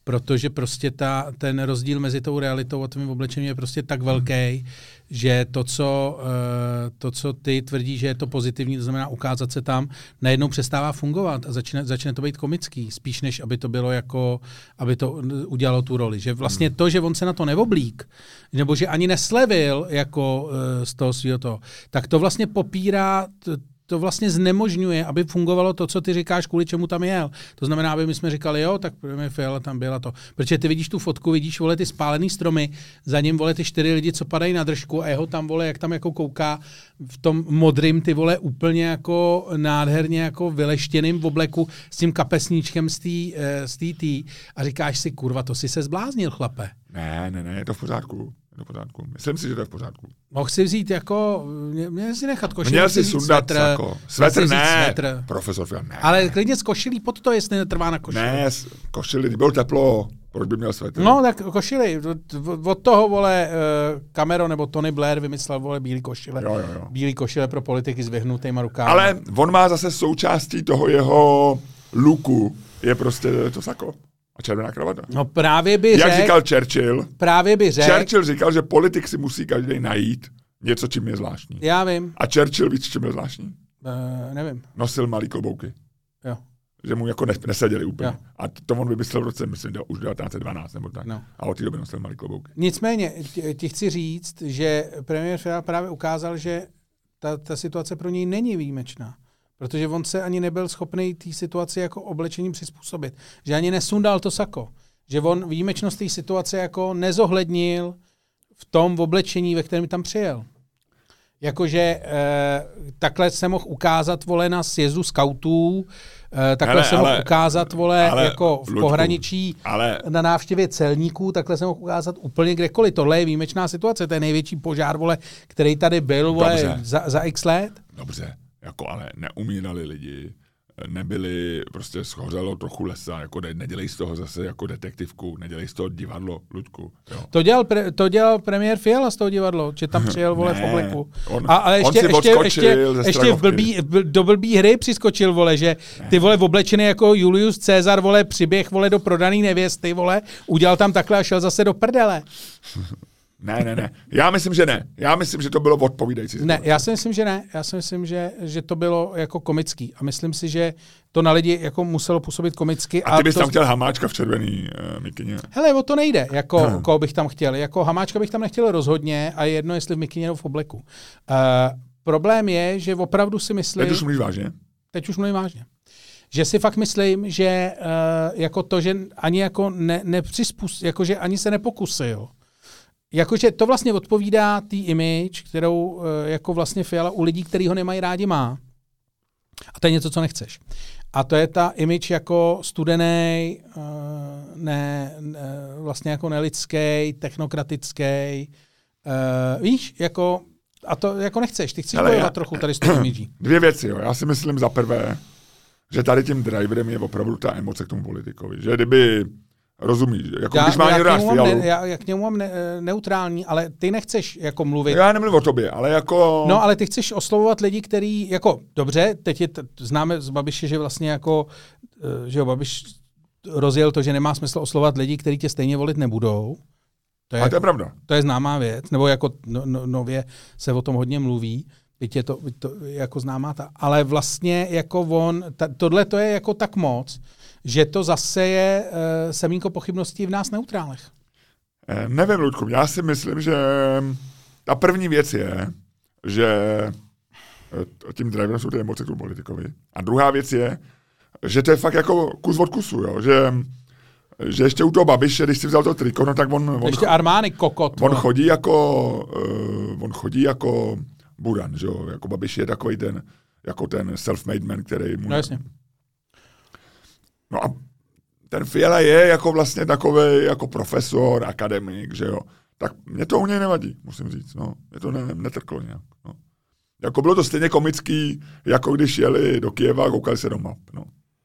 protože prostě ta, ten rozdíl mezi tou realitou a tím oblečením je prostě tak velký, že to co, to, co ty tvrdí, že je to pozitivní, to znamená ukázat se tam, najednou přestává fungovat a začne, začne to být komický, spíš než aby to bylo jako, aby to udělalo tu roli. Že vlastně to, že on se na to neoblík, nebo že ani neslevil jako z toho svého toho, tak to vlastně popírá t- to vlastně znemožňuje, aby fungovalo to, co ty říkáš, kvůli čemu tam jel. To znamená, aby my jsme říkali, jo, tak Fiala tam byla to. Protože ty vidíš tu fotku, vidíš, vole, ty spálený stromy, za ním, vole, ty čtyři lidi, co padají na držku a jeho tam, vole, jak tam jako kouká v tom modrým, ty vole, úplně jako nádherně jako vyleštěným v obleku s tím kapesníčkem z té z té tý a říkáš si, kurva, to si se zbláznil, chlape. Ne, ne, ne, je to v pořádku. Do pořádku. Myslím si, že to je v pořádku. Mohl si vzít jako, měl si nechat košili. Měl si sundat svetr, sako. Svetr ne, svetr. Profesor Fiala, ne. Ale klidně z košilí pod to, jestli netrvá na košili. Ne, košili, bylo teplo, proč by měl svetr? No, tak košili. Od toho, vole, Cameron nebo Tony Blair vymyslel, vole, bílý košile. Jo, jo, jo. Bílý košile pro politiky s vyhnutýma rukama. Ale on má zase součástí toho jeho luku, je prostě to sako. A červená kravata. No právě by Jak řek, říkal Churchill, právě by řek, Churchill říkal, že politik si musí každý najít něco, čím je zvláštní. Já vím. A Churchill víc, čím je zvláštní? Uh, nevím. Nosil malý klobouky. Jo. Že mu jako neseděli úplně. Jo. A to on vymyslel v roce, myslím, už devatenáct set dvanáct nebo tak. No. A od té doby nosil malý klobouky. Nicméně, ti chci říct, že premiér Fiala právě ukázal, že ta, ta situace pro něj není výjimečná. Protože on se ani nebyl schopný té situaci jako oblečením přizpůsobit. Že ani nesundal to sako. Že on výjimečnost té situace jako nezohlednil v tom oblečení, ve kterém tam přijel. Jakože eh, takhle se mohl ukázat, vole, na sjezdu skautů, eh, takhle ale, se mohl ale, ukázat, vole, ale, jako v Luďku, pohraničí ale, na návštěvě celníků, takhle se mohl ukázat úplně kdekoliv. Tohle je výjimečná situace, to je největší požár, vole, který tady byl, vole, za, za x let. Dobře, jako ale neumírali lidi, nebyli, prostě schořelo trochu lesa, jako ne, nedělej z toho zase jako detektivku, nedělej z toho divadlo, Luďku. Jo. To dělal, pre, to dělal premiér Fiala z toho divadlo, že tam přijel, vole, ne, v obleku. On, a, ale ještě, on si ještě, ještě, ještě v blbý, do blbý hry přiskočil, vole, že ty, vole, v oblečený jako Julius Caesar, vole, přiběh, vole, do prodaný nevěsty, vole, udělal tam takhle a šel zase do prdele. Ne, ne, ne. Já myslím, že ne. Já myslím, že to bylo odpovídající. Ne, já si myslím, že ne. Já si myslím, že, že to bylo jako komický. A myslím si, že to na lidi jako muselo působit komicky. A ty bys to... tam chtěl Hamáčka v červený uh, mikině. Hele, o to nejde, jako hmm. koho bych tam chtěl. Jako Hamáčka bych tam nechtěl rozhodně a je jedno, jestli v mikině nebo v obleku. Uh, problém je, že opravdu si myslím... Teď už mluvíš vážně? Teď už mluvím vážně. Že si fakt myslím, že uh, jako to, že ani jako ne, nepřizpůs, jako že ani se nepokusil. Jakože to vlastně odpovídá té image, kterou uh, jako vlastně Fiala u lidí, kteří ho nemají rádi, má. A to je něco, co nechceš. A to je ta image jako studený, uh, ne, ne, vlastně jako nelidský, technokratický. Uh, víš, jako, a to jako nechceš. Ty chceš bojovat já... trochu tady s tou imidží. Dvě věci, jo. Já si myslím za prvé, že tady tím driverem je opravdu ta emoce k tomu politikovi. Že kdyby... Rozumíš, jako já, když má někdo rád Fialu. Ne, já, já k němu mám ne, neutrální, ale ty nechceš jako mluvit. Já nemluvím o tobě, ale jako... No, ale ty chceš oslovovat lidi, který, jako, dobře, teď je, t- známe z Babiše, že vlastně jako, že jo, Babiš rozjel to, že nemá smysl oslovovat lidi, kteří tě stejně volit nebudou. To je, a to je pravda. To je známá věc, nebo jako no, no, nově se o tom hodně mluví, teď je to, to jako známá ta, ale vlastně jako on, ta, tohle to je jako tak moc, že to zase je uh, semínko pochybností v nás neutrálech. Eh, nevím, Ludku, já si myslím, že ta první věc je, že tím driverem jsou ty emoce k tomu politikovi. A druhá věc je, že to je fakt jako kus od kusu, jo? Že, že ještě u toho Babiše, když si vzal to triko, no tak on... on ještě Armány kokot. On chodí jako, uh, on chodí jako buran, že jo? Jako Babiš je takový ten, jako ten self-made man, který mu... No jasně. No a ten Fiala je jako vlastně takový jako profesor, akademik, že jo. Tak mě to u něj nevadí, musím říct, no. Mě to ne, netrklo nějak, no. Jako bylo to stejně komický, jako když jeli do Kyjeva a koukali se do map, no.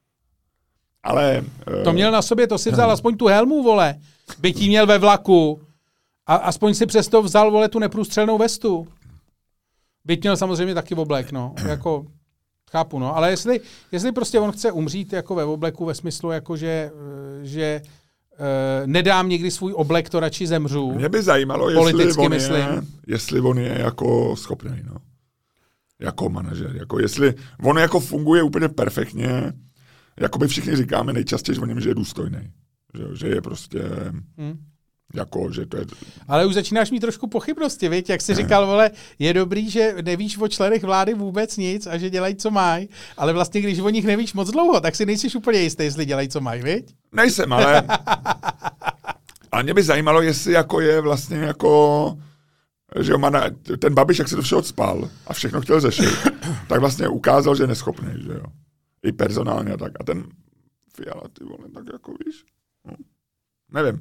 Ale... To měl na sobě, to si vzal aspoň tu helmu, vole. Byť jí měl ve vlaku. A aspoň si přesto vzal, vole, tu neprůstřelnou vestu. Byť měl samozřejmě taky oblek, no. Jako... Chápu, no, ale jestli, jestli prostě on chce umřít jako ve obleku ve smyslu, jako že, že nedám nikdy svůj oblek, to radši zemřu. Mě by zajímalo, jestli on, je, jestli on je jako schopný, no. Jako manažer. Jako jestli on jako funguje úplně perfektně, jako my všichni říkáme nejčastěji o něm, že je důstojný. Že, že je prostě... Hmm. Jako, že to je... Ale už začínáš mít trošku pochybnosti, viď? Jak jsi říkal, vole, je dobrý, že nevíš o členech vlády vůbec nic a že dělají, co mají, ale vlastně, když o nich nevíš moc dlouho, tak si nejsi úplně jistý, jestli dělají, co mají, viď? Nejsem, ale... ale mě by zajímalo, jestli jako je vlastně jako... že mana... ten Babiš, jak se to vše odspal a všechno chtěl řešit, tak vlastně ukázal, že je neschopný, že jo. I personálně a tak. A ten Fiala, ty vole, tak jako víš. No. Nevím.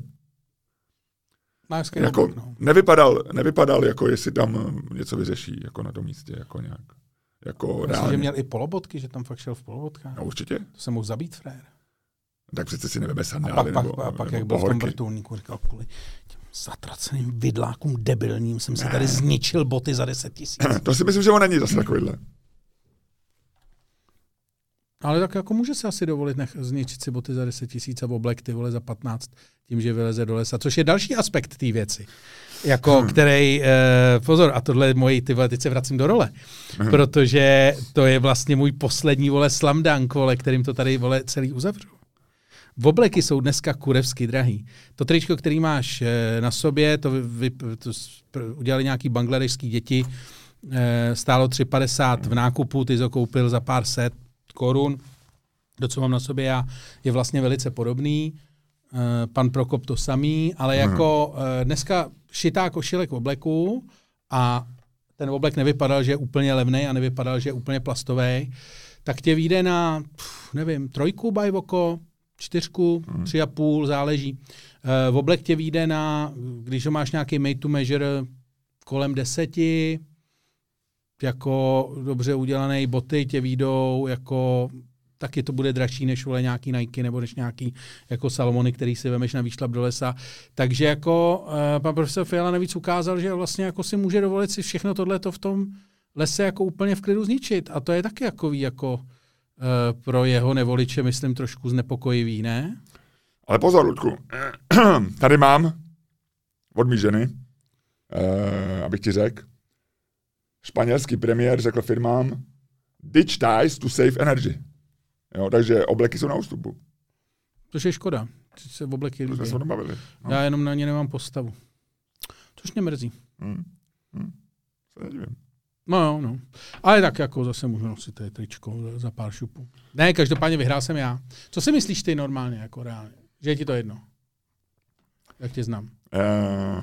Jako oblek, no. nevypadal, nevypadal, jako jestli tam něco vyřeší, jako na tom místě, jako nějak. Jako Myslím, že měl i polobotky, že tam fakt šel v polobotkách. No určitě. To se mohl zabít, frér. Tak přece si neveme sandály. A pak, nebo, pak, a pak nebo jak byl pohorky. v tom vrtulníku, říkal, kvůli těm zatraceným vidlákům debilním jsem si tady zničil boty za deset tisíc. To si myslím, že on není zase takovýhle. Ale tak jako může se asi dovolit nech zničit si boty za deset tisíc a oblek ty vole za patnáct tím, že vyleze do lesa, což je další aspekt té věci. Jako, hmm. který, eh, pozor, a tohle je moje, ty vole, teď se vracím do role, hmm. protože to je vlastně můj poslední, vole, slam dunk, vole, kterým to tady, vole, celý uzavřu. Obleky jsou dneska kurevsky drahý. To tričko, který máš eh, na sobě, to, vy, to udělali nějaký bangladešský děti, eh, stálo tři padesát v nákupu, ty jsi ho koupil za pár set korun, to, co mám na sobě já, je vlastně velice podobný. E, pan Prokop to samý, ale jako e, dneska šitá košile k obleku a ten oblek nevypadal, že je úplně levnej a nevypadal, že je úplně plastový, tak tě vyjde na, pff, nevím, trojku bajvoko, čtyřku, hmm. tři a půl, záleží. E, v oblek tě vyjde na, když ho máš nějaký made to measure kolem deseti, jako dobře udělané boty tě výjdou, jako taky to bude dražší než vole nějaký Nike nebo než nějaký jako Salomony, který si vemeš na výšlap do lesa. Takže jako uh, pan profesor Fiala navíc ukázal, že vlastně jako si může dovolit si všechno tohleto v tom lese jako úplně v klidu zničit. A to je taky takový jako uh, pro jeho nevoliče, myslím, trošku znepokojivý, ne? Ale pozor, Ludku, tady mám od mý ženy, uh, abych ti řekl, španělský premiér řekl firmám ditch ties to save energy. Jo, takže obleky jsou na ústupu. Což je škoda. Což se obleky líbí. To jsme se o tom bavili. No. Já jenom na ně nemám postavu. Což mě mrzí. Hmm. Hmm. Se nedivím. No jo, no. Ale tak jako zase můžu nosit tady tričko za pár šupů. Ne, každopádně vyhrál jsem já. Co si myslíš ty normálně, jako reálně? Že je ti to jedno? Jak tě znám? Uh,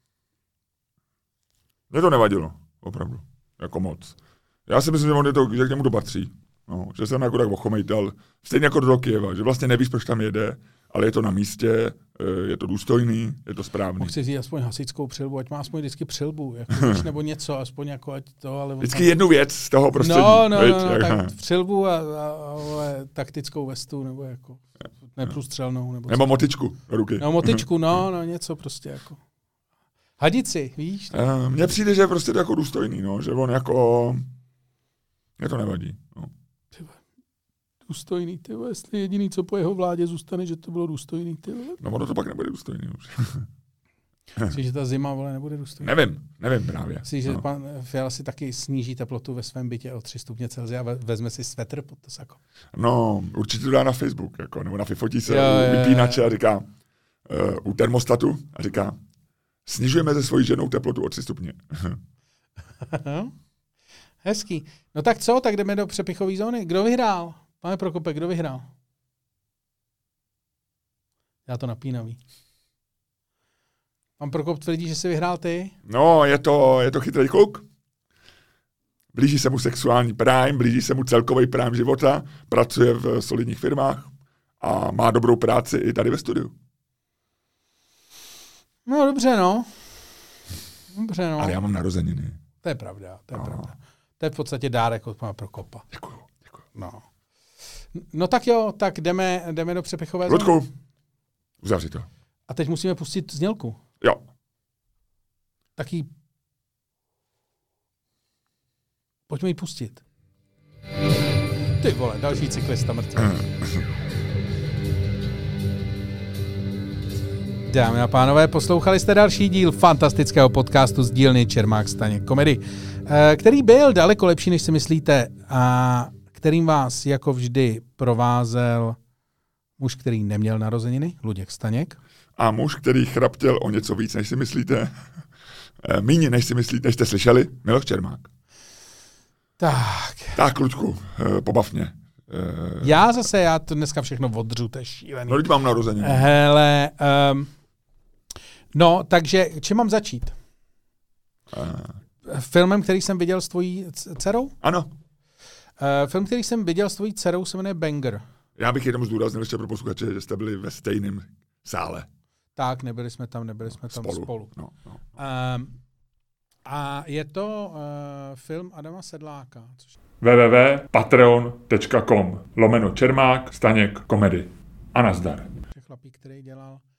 mě to nevadilo. Opravdu. Jako moc. Já si myslím, že, on je to, že k němu to patří. No, že jsem jako tak ochomejtel. Stejně jako do Kyjeva, že vlastně nevíš, proč tam jede, ale je to na místě, je to důstojný, je to správný. Mohl si vzít aspoň hasičskou přilbu, ať má aspoň vždycky přilbu, jako, nebo něco, aspoň jako ať to, ale... Vždycky jednu věc z toho prostředí. No, no, veď, no, no jak, tak přilbu a, a, a taktickou vestu, nebo jako neprůstřelnou. Nebo, nebo motičku do ruky. No, motičku, no, no, něco prostě jako. Hadici, víš? Uh, mně přijde, že je prostě to jako důstojný, no, že on jako... Mně to nevadí, no. Důstojný, ty vole, jestli jediný, co po jeho vládě zůstane, že to bylo důstojný, ty vole. No ono to pak nebude důstojný už. Myslíš, že ta zima, vole, nebude důstojný? Nevím, nevím právě. Myslíš, že no. pan Fiala si taky sníží teplotu ve svém bytě o tři stupně Celsia a vezme si svetr pod to sako? No, určitě to dá na Facebook, jako, nebo na fifotí se jo, u vypínače a říká, uh, u termostatu a říká, snižujeme se svojí ženou teplotu o tři stupně. Hezký. No tak co, tak jdeme do přepichové zóny. Kdo vyhrál? Pane Prokope, kdo vyhrál? Já to napínavý. Pan Prokop tvrdí, že jsi vyhrál ty? No, je to, je to chytrý kluk. Blíží se mu sexuální prime, blíží se mu celkový prime života, pracuje v solidních firmách a má dobrou práci i tady ve studiu. No dobře, no. Dobře, no. Ale já mám narozeniny. To je pravda, to je no. pravda. To je v podstatě dárek od pana Prokopa. Děkuju, děkuju. No. No tak jo, tak jdeme, jdeme do přepichové zóny. Ludku, uzavři to. A teď musíme pustit znělku. Jo. Tak ji pojďme ji pustit. Ty vole, další cyklista mrtvý. Dámy a pánové, poslouchali jste další díl fantastického podcastu z dílny Čermák Staněk Komedy, který byl daleko lepší, než si myslíte, a kterým vás jako vždy provázel muž, který neměl narozeniny, Luděk Staněk. A muž, který chraptěl o něco víc, než si myslíte, míně, než si myslíte, než jste slyšeli, Miloš Čermák. Tak. Tak, Luďku, pobav mě. Já zase, já to dneska všechno odřu, to je šílený. No, teď mám narozeniny. Hele, um, no, takže čím mám začít? Uh. Filmem, který jsem viděl s tvojí dcerou? Ano. Uh, film, který jsem viděl s tvojí dcerou, se jmenuje Banger. Já bych jenom zdůraznil ještě pro posluchače, že jste byli ve stejném sále. Tak, nebyli jsme tam, nebyli jsme tam spolu. spolu. No, no. Um, a je to uh, film Adama Sedláka. Což... w w w tečka patreon tečka com lomeno Čermák Staněk Komedy. A nazdar. Chlapík, který dělal